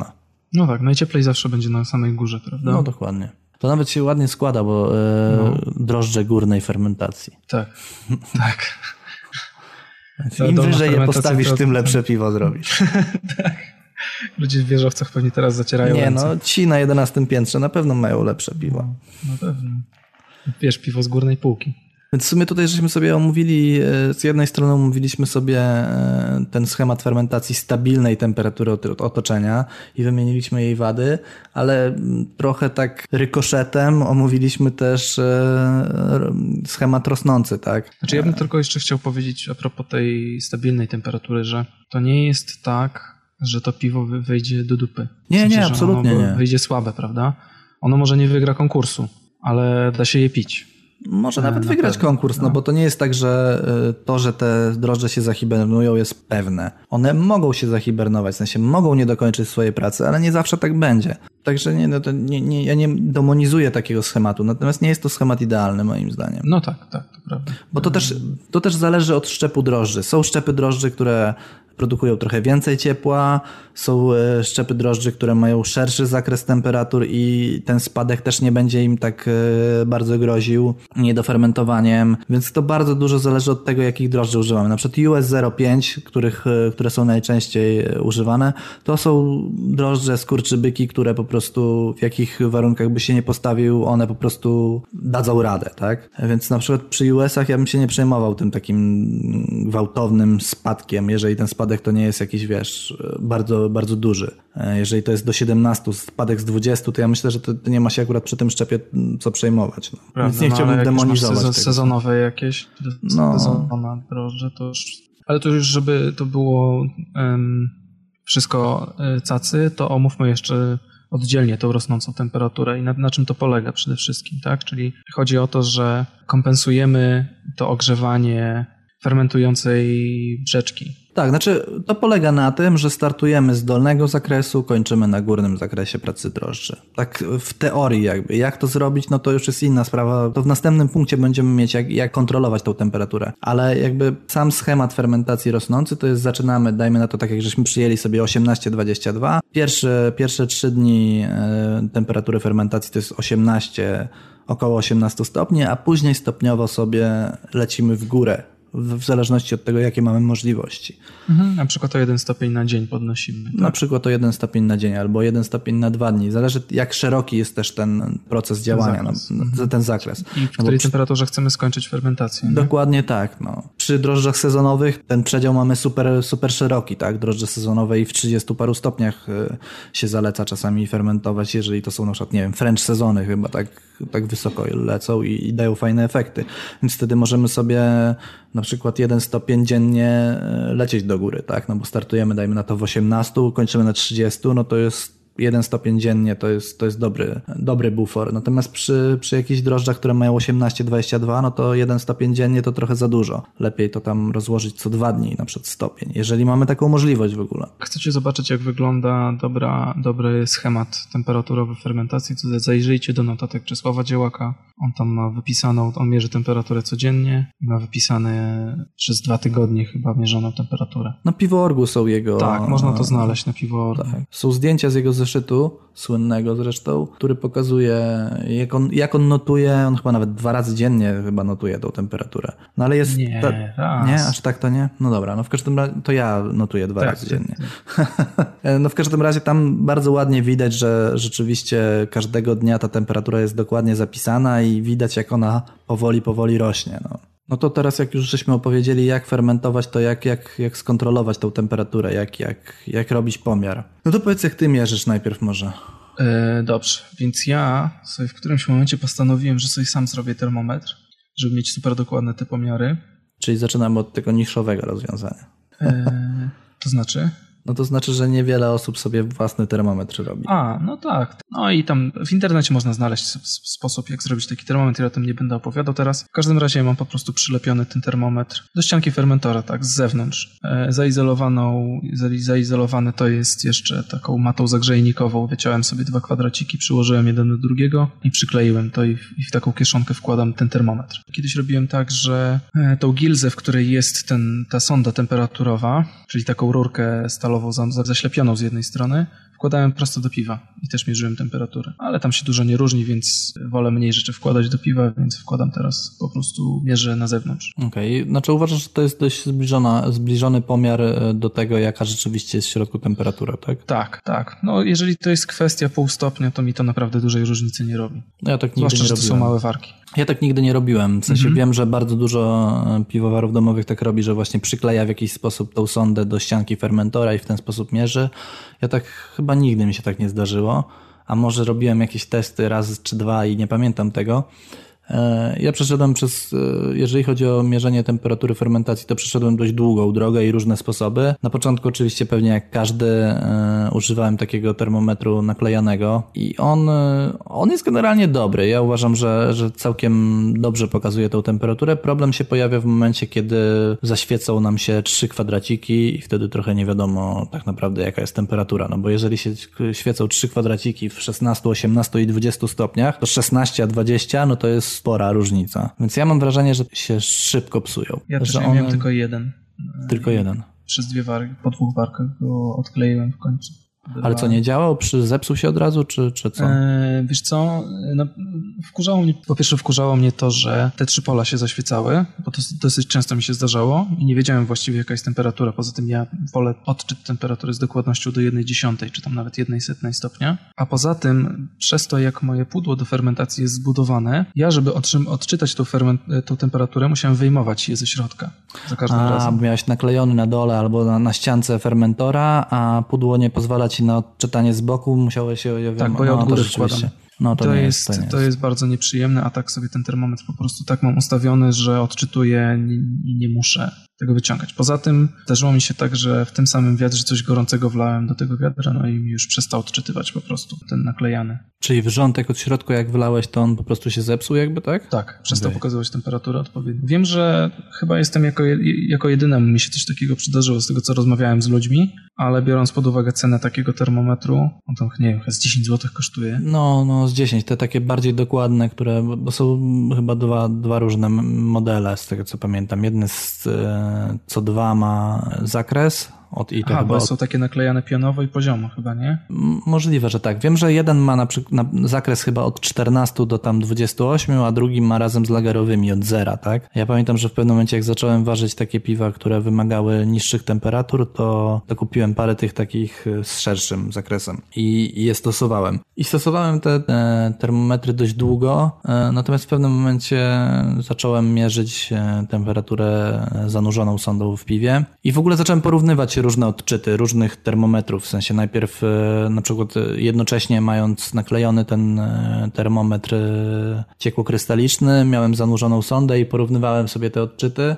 No tak, najcieplej zawsze będzie na samej górze, prawda? No dokładnie. To nawet się ładnie składa, bo e, no. drożdże górnej fermentacji. Tak, tak. Im wyżej je postawisz, to... tym lepsze piwo zrobisz. Tak. Ludzie w wieżowcach pewnie teraz zacierają Nie, ręce. no ci na jedenastym piętrze na pewno mają lepsze piwo. No, na pewno. Wiesz, piwo z górnej półki. Więc w sumie tutaj żeśmy sobie omówili, z jednej strony omówiliśmy sobie ten schemat fermentacji stabilnej temperatury otoczenia i wymieniliśmy jej wady, ale trochę tak rykoszetem omówiliśmy też schemat rosnący, tak? Znaczy ja bym tylko jeszcze chciał powiedzieć a propos tej stabilnej temperatury, że to nie jest tak, że to piwo wejdzie do dupy. Nie, w sensie, nie, absolutnie ono nie. Wyjdzie słabe, prawda? Ono może nie wygra konkursu, ale da się je pić. Może nawet na wygrać pewno, konkurs, no. no bo to nie jest tak, że to, że te drożdże się zahibernują jest pewne. One mogą się zahibernować, w sensie mogą nie dokończyć swojej pracy, ale nie zawsze tak będzie. Także nie, no to nie, nie, ja nie demonizuję takiego schematu, natomiast nie jest to schemat idealny moim zdaniem. No tak, tak, to prawda. Bo to też, to też zależy od szczepu drożdży. Są szczepy drożdży, które produkują trochę więcej ciepła, są szczepy drożdży, które mają szerszy zakres temperatur i ten spadek też nie będzie im tak bardzo groził niedofermentowaniem, więc to bardzo dużo zależy od tego, jakich drożdży używamy. Na przykład U S zero pięć, których, które są najczęściej używane, to są drożdże skurczybyki, które po prostu w jakich warunkach by się nie postawił, one po prostu dadzą radę, tak? Więc na przykład przy U S-ach ja bym się nie przejmował tym takim gwałtownym spadkiem, jeżeli ten spadek to nie jest jakiś, wiesz, bardzo, bardzo duży. Jeżeli to jest do siedemnastu, spadek z dwudziestu, to ja myślę, że to, to nie ma się akurat przy tym szczepie co przejmować. No. Prawda, Więc nie no, chciałbym demonizować sezon, tego. Sezonowe jakieś, no. sezonowe drożdże, to już, ale to już, żeby to było um, wszystko cacy, to omówmy jeszcze oddzielnie tą rosnącą temperaturę i na, na czym to polega przede wszystkim, tak? Czyli chodzi o to, że kompensujemy to ogrzewanie fermentującej brzeczki. Tak, znaczy to polega na tym, że startujemy z dolnego zakresu, kończymy na górnym zakresie pracy drożdży. Tak w teorii jakby. Jak to zrobić, no to już jest inna sprawa. To w następnym punkcie będziemy mieć jak, jak kontrolować tą temperaturę. Ale jakby sam schemat fermentacji rosnący to jest zaczynamy, dajmy na to tak jak żeśmy przyjęli sobie osiemnaście dwadzieścia dwa. Pierwsze, pierwsze trzy dni e, temperatury fermentacji to jest osiemnaście, około osiemnaście stopni, a później stopniowo sobie lecimy w górę. W zależności od tego, jakie mamy możliwości. Mhm, na przykład o jeden stopień na dzień podnosimy. Tak? Na przykład o jeden stopień na dzień albo jeden stopień na dwa dni. Zależy, jak szeroki jest też ten proces działania, ten zakres. No, ten zakres. I w której no przy... temperaturze chcemy skończyć fermentację. Nie? Dokładnie tak. No. Przy drożdżach sezonowych ten przedział mamy super, super szeroki. Tak? Drożdże sezonowe i w trzydziestu paru stopniach się zaleca czasami fermentować, jeżeli to są na przykład, nie wiem, French sezony chyba tak, tak wysoko lecą i, i dają fajne efekty. Więc wtedy możemy sobie na przykład jeden stopień dziennie lecieć do góry, tak? No bo startujemy, dajmy na to w osiemnastu, kończymy na trzydziestu, no to jest jeden stopień dziennie, to jest, to jest dobry, dobry bufor. Natomiast przy, przy jakichś drożdżach, które mają osiemnaście dwadzieścia dwa, no to jeden stopień dziennie to trochę za dużo. Lepiej to tam rozłożyć co dwa dni, na przykład stopień, jeżeli mamy taką możliwość w ogóle. Chcecie zobaczyć, jak wygląda dobra, dobry schemat temperaturowy fermentacji, to zajrzyjcie do notatek Czesława Dziełaka. On tam ma wypisaną, on mierzy temperaturę codziennie i ma wypisane przez dwa tygodnie chyba mierzoną temperaturę. Na Piwoorgu są jego... Tak, można to znaleźć na Piwoorgu. Tak. Są zdjęcia z jego zeszytu, słynnego zresztą, który pokazuje, jak on, jak on notuje, on chyba nawet dwa razy dziennie chyba notuje tą temperaturę. No ale jest... Nie, ta... raz. Nie? Aż tak to nie? No dobra, no w każdym razie to ja notuję dwa tak, razy tak, dziennie. Tak. No w każdym razie tam bardzo ładnie widać, że rzeczywiście każdego dnia ta temperatura jest dokładnie zapisana i widać, jak ona powoli, powoli rośnie. No. No to teraz jak już żeśmy opowiedzieli, jak fermentować, to jak, jak, jak skontrolować tą temperaturę, jak, jak, jak robić pomiar. No to powiedz, jak ty mierzysz najpierw może. E, dobrze, więc ja sobie w którymś momencie postanowiłem, że sobie sam zrobię termometr, żeby mieć super dokładne te pomiary. Czyli zaczynamy od tego niszowego rozwiązania. E, to znaczy? No to znaczy, że niewiele osób sobie własny termometr robi. A, no tak. No i tam w internecie można znaleźć sposób, jak zrobić taki termometr. Ja o tym nie będę opowiadał teraz. W każdym razie ja mam po prostu przylepiony ten termometr do ścianki fermentora, tak, z zewnątrz. E, zaizolowaną, zaizolowany to jest jeszcze taką matą zagrzejnikową. Wyciąłem sobie dwa kwadraciki, przyłożyłem jeden do drugiego i przykleiłem to i w, i w taką kieszonkę wkładam ten termometr. Kiedyś robiłem tak, że e, tą gilzę, w której jest ten, ta sonda temperaturowa, czyli taką rurkę stalową zaślepioną z jednej strony, Wkładałem prosto do piwa i też mierzyłem temperaturę. Ale tam się dużo nie różni, więc wolę mniej rzeczy wkładać do piwa, więc wkładam teraz po prostu mierzę na zewnątrz. Okej, okay. Znaczy uważasz, że to jest dość zbliżona, zbliżony pomiar do tego, jaka rzeczywiście jest w środku temperatura, tak? Tak, tak. No jeżeli to jest kwestia pół stopnia, to mi to naprawdę dużej różnicy nie robi. No ja tak nigdy Zwłaszcza, nie że robiłem. to są małe warki. Ja tak nigdy nie robiłem. W sensie mhm. wiem, że bardzo dużo piwowarów domowych tak robi, że właśnie przykleja w jakiś sposób tą sondę do ścianki fermentora i w ten sposób mierzy. Ja tak chyba nigdy mi się tak nie zdarzyło. A może robiłem jakieś testy raz czy dwa i nie pamiętam tego. Ja przeszedłem przez, jeżeli chodzi o mierzenie temperatury fermentacji, to przeszedłem dość długą drogę i różne sposoby. Na początku oczywiście pewnie jak każdy używałem takiego termometru naklejanego i on, on jest generalnie dobry. Ja uważam, że, że całkiem dobrze pokazuje tą temperaturę. Problem się pojawia w momencie, kiedy zaświecą nam się trzy kwadraciki i wtedy trochę nie wiadomo tak naprawdę jaka jest temperatura. No bo jeżeli się świecą trzy kwadraciki w szesnaście, osiemnaście i dwadzieścia stopniach, to szesnaście a dwadzieścia, no to jest spora różnica. Więc ja mam wrażenie, że się szybko psują. Ja też że one... miałem tylko jeden. Tylko jeden. Przez dwie warki, po dwóch warkach go odkleiłem w końcu. Ale co, nie działał? Przy, zepsuł się od razu, czy, czy co? E, wiesz co, no, wkurzało mnie, po pierwsze wkurzało mnie to, że te trzy pola się zaświecały, bo to dosyć często mi się zdarzało i nie wiedziałem właściwie jaka jest temperatura. Poza tym ja wolę odczyt temperatury z dokładnością do jednej dziesiątej, czy tam nawet jednej setnej stopnia. A poza tym, przez to jak moje pudło do fermentacji jest zbudowane, ja żeby otrzym- odczytać tą, ferment- tą temperaturę, musiałem wyjmować je ze środka. Za każdym a, razem. A, miałeś naklejony na dole albo na, na ściance fermentora, a pudło nie pozwala ci na odczytanie z boku, musiałeś się... Ja wiem, tak, bo ja od no, góry to wkładam. No, to, to, nie jest, jest, to, nie to jest. jest bardzo nieprzyjemne, a tak sobie ten termometr po prostu tak mam ustawiony, że odczytuję i nie, nie muszę tego wyciągać. Poza tym zdarzyło mi się tak, że w tym samym wiatrze coś gorącego wlałem do tego wiadra, no i mi już przestał odczytywać po prostu ten naklejany. Czyli wrzątek od środka jak wylałeś, to on po prostu się zepsuł jakby, tak? Tak, przestał okay. pokazywać temperaturę odpowiednią. Wiem, że chyba jestem jako, jako jedynemu mi się coś takiego przydarzyło z tego, co rozmawiałem z ludźmi, ale biorąc pod uwagę cenę takiego termometru, on tam, nie wiem, z dziesięć złotych kosztuje. No, no z dziesięć, te takie bardziej dokładne, które, bo są chyba dwa, dwa różne modele z tego, co pamiętam. Jeden z co dwa ma zakres, Od, i to Aha, chyba bo od... są takie naklejane pionowo i poziomo chyba, nie? Możliwe, że tak. Wiem, że jeden ma na przykład na zakres chyba od czternastu do tam dwudziestu ośmiu, a drugi ma razem z lagerowymi od zera, tak? Ja pamiętam, że w pewnym momencie jak zacząłem ważyć takie piwa, które wymagały niższych temperatur, to, to kupiłem parę tych takich z szerszym zakresem i, i je stosowałem. I stosowałem te, te termometry dość długo, natomiast w pewnym momencie zacząłem mierzyć temperaturę zanurzoną sondą w piwie i w ogóle zacząłem porównywać różne odczyty, różnych termometrów, w sensie najpierw na przykład jednocześnie mając naklejony ten termometr ciekłokrystaliczny, miałem zanurzoną sondę i porównywałem sobie te odczyty.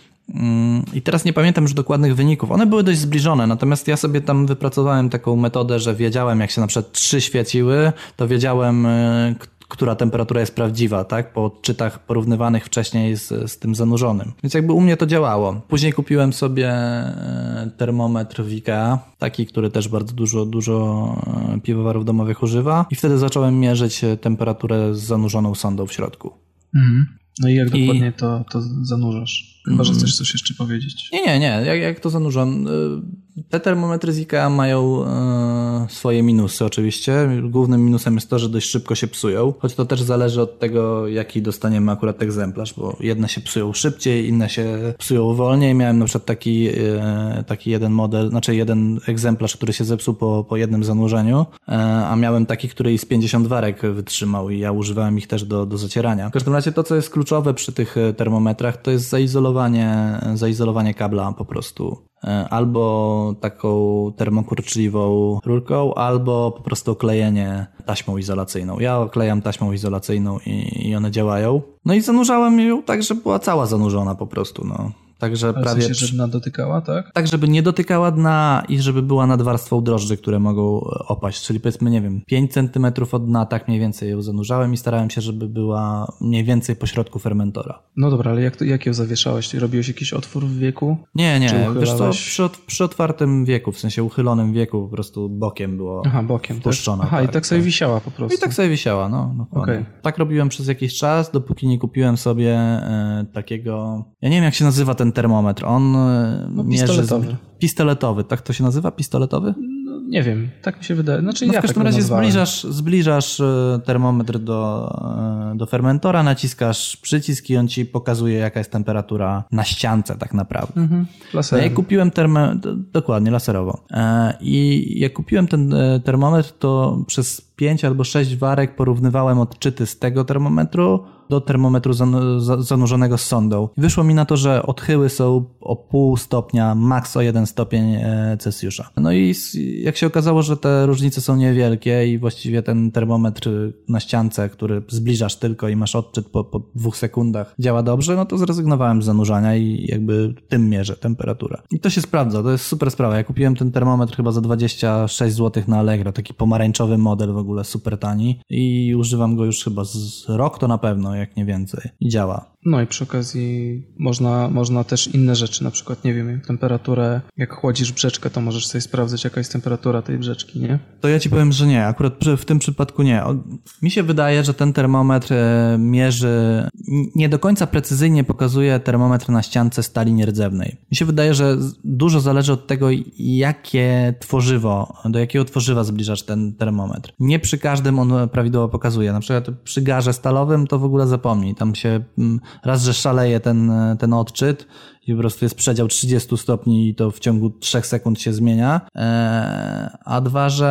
I teraz nie pamiętam już dokładnych wyników. One były dość zbliżone, natomiast ja sobie tam wypracowałem taką metodę, że wiedziałem, jak się na przykład trzy świeciły, to wiedziałem, która temperatura jest prawdziwa, tak? Po odczytach porównywanych wcześniej z, z tym zanurzonym. Więc jakby u mnie to działało. Później kupiłem sobie termometr w Ikea, taki, który też bardzo dużo, dużo piwowarów domowych używa i wtedy zacząłem mierzyć temperaturę z zanurzoną sondą w środku. Mhm. No i jak dokładnie I... to, to zanurzasz? Chyba, że chcesz coś jeszcze powiedzieć. Nie, nie, nie. Jak, jak to zanurzam? Te termometry z Ikea mają e, swoje minusy oczywiście. Głównym minusem jest to, że dość szybko się psują, choć to też zależy od tego, jaki dostaniemy akurat egzemplarz, bo jedne się psują szybciej, inne się psują wolniej. Miałem na przykład taki, e, taki jeden model, znaczy jeden egzemplarz, który się zepsuł po, po jednym zanurzeniu, e, a miałem taki, który i z pięćdziesiąt warek wytrzymał i ja używałem ich też do, do zacierania. W każdym razie to, co jest kluczowe przy tych termometrach, to jest zaizolowanie, zaizolowanie kabla po prostu. Albo taką termokurczliwą rurką, albo po prostu oklejenie taśmą izolacyjną. Ja oklejam taśmą izolacyjną i, i one działają. No i zanurzałem ją tak, że była cała zanurzona po prostu, no. Także ale prawie... w sensie, żeby dna dotykała, tak? Tak, żeby nie dotykała dna i żeby była nad warstwą drożdży, które mogą opaść. Czyli powiedzmy, nie wiem, pięć centymetrów od dna, tak mniej więcej ją zanurzałem i starałem się, żeby była mniej więcej po środku fermentora. No dobra, ale jak, to, jak ją zawieszałeś? Robiłeś jakiś otwór w wieku? Nie, nie, wiesz co, przy, przy otwartym wieku, w sensie uchylonym wieku, po prostu bokiem było Aha, bokiem, wpuszczona. Tak? Aha, tak, i tak sobie tak. wisiała po prostu. I tak sobie wisiała, no. Okay. Tak robiłem przez jakiś czas, dopóki nie kupiłem sobie e, takiego... Ja nie wiem, jak się nazywa ten termometr. On no, mierzy... pistoletowy. Pistoletowy, tak to się nazywa? Pistoletowy? No, nie wiem, tak mi się wydaje. Znaczy, No ja w każdym tak razie nazwałem. zbliżasz, zbliżasz e, termometr do, e, do fermentora, naciskasz przycisk i on ci pokazuje, jaka jest temperatura na ściance tak naprawdę. Mhm. No Laserem. ja kupiłem termometr, dokładnie, laserowo. E, I jak kupiłem ten e, termometr, to przez pięć albo sześć warek porównywałem odczyty z tego termometru do termometru zanu- za- zanurzonego z sondą. Wyszło mi na to, że odchyły są o pół stopnia, maks o jeden stopień e, Celsjusza. No i s- jak się okazało, że te różnice są niewielkie i właściwie ten termometr na ściance, który zbliżasz tylko i masz odczyt po, po dwóch sekundach, działa dobrze, no to zrezygnowałem z zanurzania i jakby tym mierzę temperaturę. I to się sprawdza, to jest super sprawa. Ja kupiłem ten termometr chyba za dwadzieścia sześć złotych na Allegro, taki pomarańczowy model w ogóle, super tani i używam go już chyba z rok to na pewno, jak nie więcej. I działa. No i przy okazji można, można też inne rzeczy, na przykład, nie wiem, temperaturę, jak chłodzisz brzeczkę, to możesz sobie sprawdzać, jaka jest temperatura tej brzeczki, nie? To ja ci powiem, że nie. Akurat przy, w tym przypadku nie. O, mi się wydaje, że ten termometr e, mierzy, n- nie do końca precyzyjnie pokazuje termometr na ściance stali nierdzewnej. Mi się wydaje, że z- dużo zależy od tego, jakie tworzywo, do jakiego tworzywa zbliżasz ten termometr. Nie przy każdym on prawidłowo pokazuje. Na przykład przy garze stalowym to w ogóle zapomnij. Tam się mm, raz, że szaleje ten, ten odczyt i po prostu jest przedział trzydzieści stopni i to w ciągu trzech sekund się zmienia, eee, a dwa, że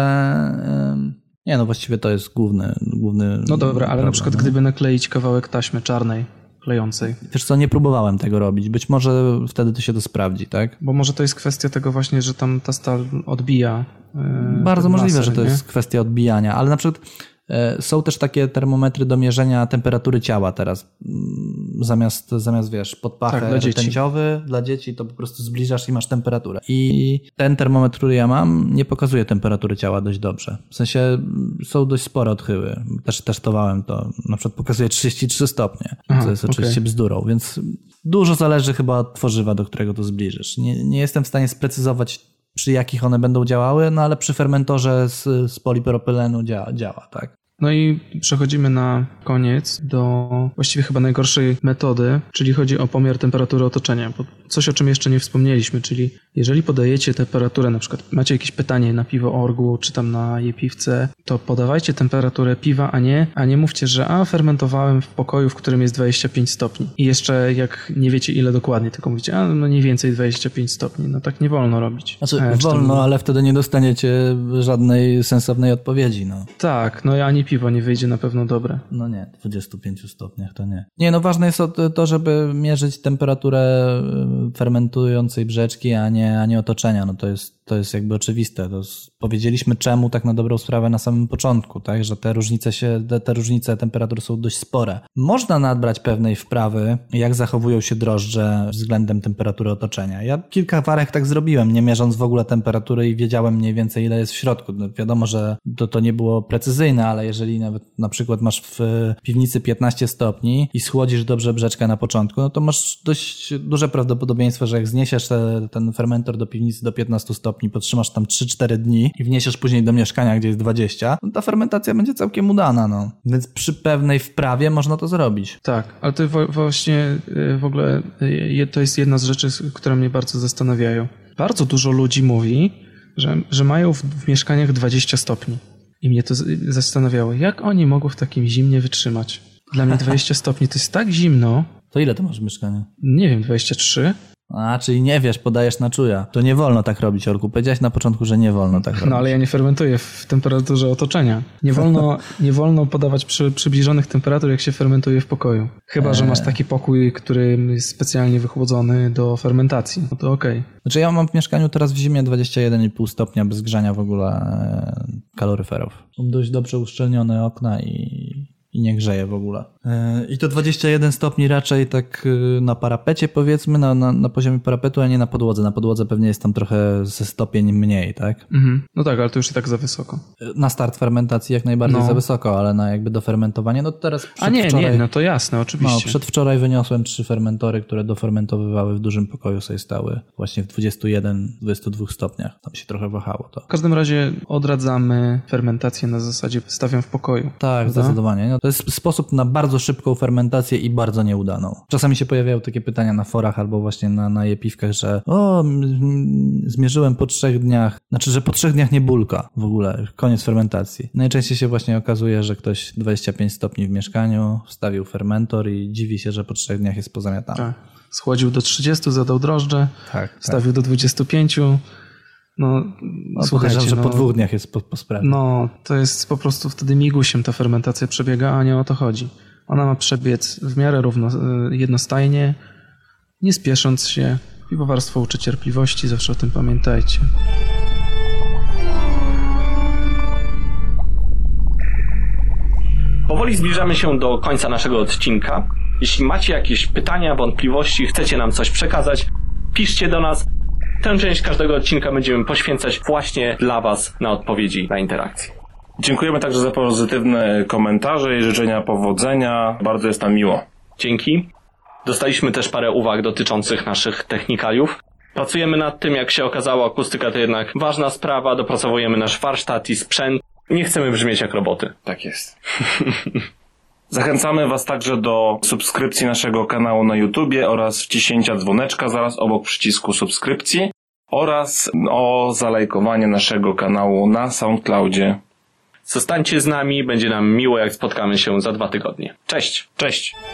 eee, nie no właściwie to jest główny, główny No dobra, ale problem, na przykład no. gdyby nakleić kawałek taśmy czarnej, klejącej, Wiesz co, nie próbowałem tego robić, być może wtedy to się to sprawdzi, tak? bo może to jest kwestia tego właśnie, że tam ta stal odbija. e, Bardzo ten możliwe, laser, że to nie? jest kwestia odbijania, ale na przykład e, są też takie termometry do mierzenia temperatury ciała teraz. Mm, Zamiast, zamiast wiesz, podpachę Tak, dla dzieci. rtęciowy dla dzieci, to po prostu zbliżasz i masz temperaturę. I ten termometr, który ja mam, nie pokazuje temperatury ciała dość dobrze. W sensie mm, są dość spore odchyły. Też testowałem to. Na przykład pokazuje trzydzieści trzy stopnie, Aha, co jest oczywiście okej. bzdurą, więc dużo zależy chyba od tworzywa, do którego to zbliżysz. Nie, nie jestem w stanie sprecyzować, przy jakich one będą działały, no ale przy fermentorze z, z polipropylenu działa, działa, tak? No i przechodzimy na koniec do właściwie chyba najgorszej metody, czyli chodzi o pomiar temperatury otoczenia. Bo coś, o czym jeszcze nie wspomnieliśmy, czyli jeżeli podajecie temperaturę, na przykład macie jakieś pytanie na piwo Orgu, czy tam na jepiwce, to podawajcie temperaturę piwa, a nie, a nie mówcie, że a fermentowałem w pokoju, w którym jest dwadzieścia pięć stopni. I jeszcze jak nie wiecie ile dokładnie, tylko mówicie, a no mniej więcej dwadzieścia pięć stopni. No tak nie wolno robić. Znaczy, E, czy tam- wolno, ale wtedy nie dostaniecie żadnej sensownej odpowiedzi, no. Tak, no ani piwo nie wyjdzie na pewno dobre. No nie, w dwudziestu pięciu stopniach to nie. Nie, no ważne jest to- to, żeby mierzyć temperaturę y, fermentującej brzeczki, a nie, a nie otoczenia. No to jest, to jest jakby oczywiste. To jest, powiedzieliśmy czemu tak na dobrą sprawę na samym początku, tak, że te różnice się, te, te różnice temperatur są dość spore. Można nabrać pewnej wprawy, jak zachowują się drożdże względem temperatury otoczenia. Ja kilka warek tak zrobiłem, nie mierząc w ogóle temperatury i wiedziałem mniej więcej ile jest w środku. No wiadomo, że to, to nie było precyzyjne, ale jeżeli nawet na przykład masz w piwnicy piętnaście stopni i schłodzisz dobrze brzeczkę na początku, no to masz dość duże prawdopodobieństwo, że jak zniesiesz te, ten fermentor do piwnicy do piętnastu stopni, potrzymasz tam trzy cztery dni i wniesiesz później do mieszkania, gdzie jest dwadzieścia, no ta fermentacja będzie całkiem udana, no. Więc przy pewnej wprawie można to zrobić. Tak, ale to wo- właśnie y, w ogóle y, to jest jedna z rzeczy, s- które mnie bardzo zastanawiają. Bardzo dużo ludzi mówi, że, że mają w, w mieszkaniach dwadzieścia stopni. I mnie to z- zastanawiało, jak oni mogą w takim zimnie wytrzymać. Dla mnie dwadzieścia stopni to jest tak zimno, To ile to masz w mieszkaniu? nie wiem, dwadzieścia trzy? A, czyli nie wiesz, podajesz na czuja. To nie wolno tak robić, Orku. Powiedziałeś na początku, że nie wolno tak robić. No ale ja nie fermentuję w temperaturze otoczenia. Nie wolno, nie wolno podawać przy przybliżonych temperatur, jak się fermentuje w pokoju. Chyba, że masz taki pokój, który jest specjalnie wychłodzony do fermentacji. No to okej. Znaczy ja mam w mieszkaniu teraz w zimie dwadzieścia jeden i pół stopnia bez grzania w ogóle e, kaloryferów. Mam dość dobrze uszczelnione okna i, i nie grzeje w ogóle. E, I to dwadzieścia jeden stopni raczej tak e, na parapecie powiedzmy, na, na, na poziomie parapetu, a nie na podłodze. Na podłodze pewnie jest tam trochę ze stopień mniej, tak? Mhm. No tak, ale to już i tak za wysoko. E, Na start fermentacji jak najbardziej No. za wysoko, ale na jakby do fermentowania, no to teraz A nie, przedwczoraj- nie, no to jasne, No, oczywiście. przedwczoraj wyniosłem trzy fermentory, które dofermentowywały w dużym pokoju, sobie stały właśnie w dwudziestu jeden do dwudziestu dwóch stopniach. Tam się trochę wahało to. W każdym razie odradzamy fermentację na zasadzie stawiam w pokoju. Tak, Prawda? zdecydowanie. No, to jest sposób na bardzo bardzo szybką fermentację i bardzo nieudaną. Czasami się pojawiają takie pytania na forach albo właśnie na, na jepiwkach, że o, m, m, zmierzyłem po trzech dniach, znaczy, że po trzech dniach nie bulka w ogóle, koniec fermentacji. Najczęściej się właśnie okazuje, że ktoś dwadzieścia pięć stopni w mieszkaniu, wstawił fermentor i dziwi się, że po trzech dniach jest pozamiatany. Tak. Schłodził do trzydziestu, zadał drożdże, Tak, wstawił do dwudziestu pięciu. No, no, słuchajcie, podejrzewam, że no, po dwóch dniach jest po, po sprawie. No, to jest po prostu wtedy migusiem ta fermentacja przebiega, a nie o to chodzi. Ona ma przebiec w miarę równo, jednostajnie, nie spiesząc się. Piwowarstwo uczy cierpliwości, zawsze o tym pamiętajcie. Powoli zbliżamy się do końca naszego odcinka. Jeśli macie jakieś pytania, wątpliwości, chcecie nam coś przekazać, piszcie do nas. Tę część każdego odcinka będziemy poświęcać właśnie dla Was na odpowiedzi, na interakcję. Dziękujemy także za pozytywne komentarze i życzenia powodzenia. Bardzo jest nam miło. Dzięki. Dostaliśmy też parę uwag dotyczących naszych technikaliów. Pracujemy nad tym, jak się okazało, akustyka to jednak ważna sprawa, dopracowujemy nasz warsztat i sprzęt. Nie chcemy brzmieć jak roboty. Tak jest. Zachęcamy Was także do subskrypcji naszego kanału na YouTubie oraz wciśnięcia dzwoneczka zaraz obok przycisku subskrypcji oraz o zalajkowanie naszego kanału na SoundCloudzie. Zostańcie z nami, będzie nam miło, jak spotkamy się za dwa tygodnie. Cześć! Cześć!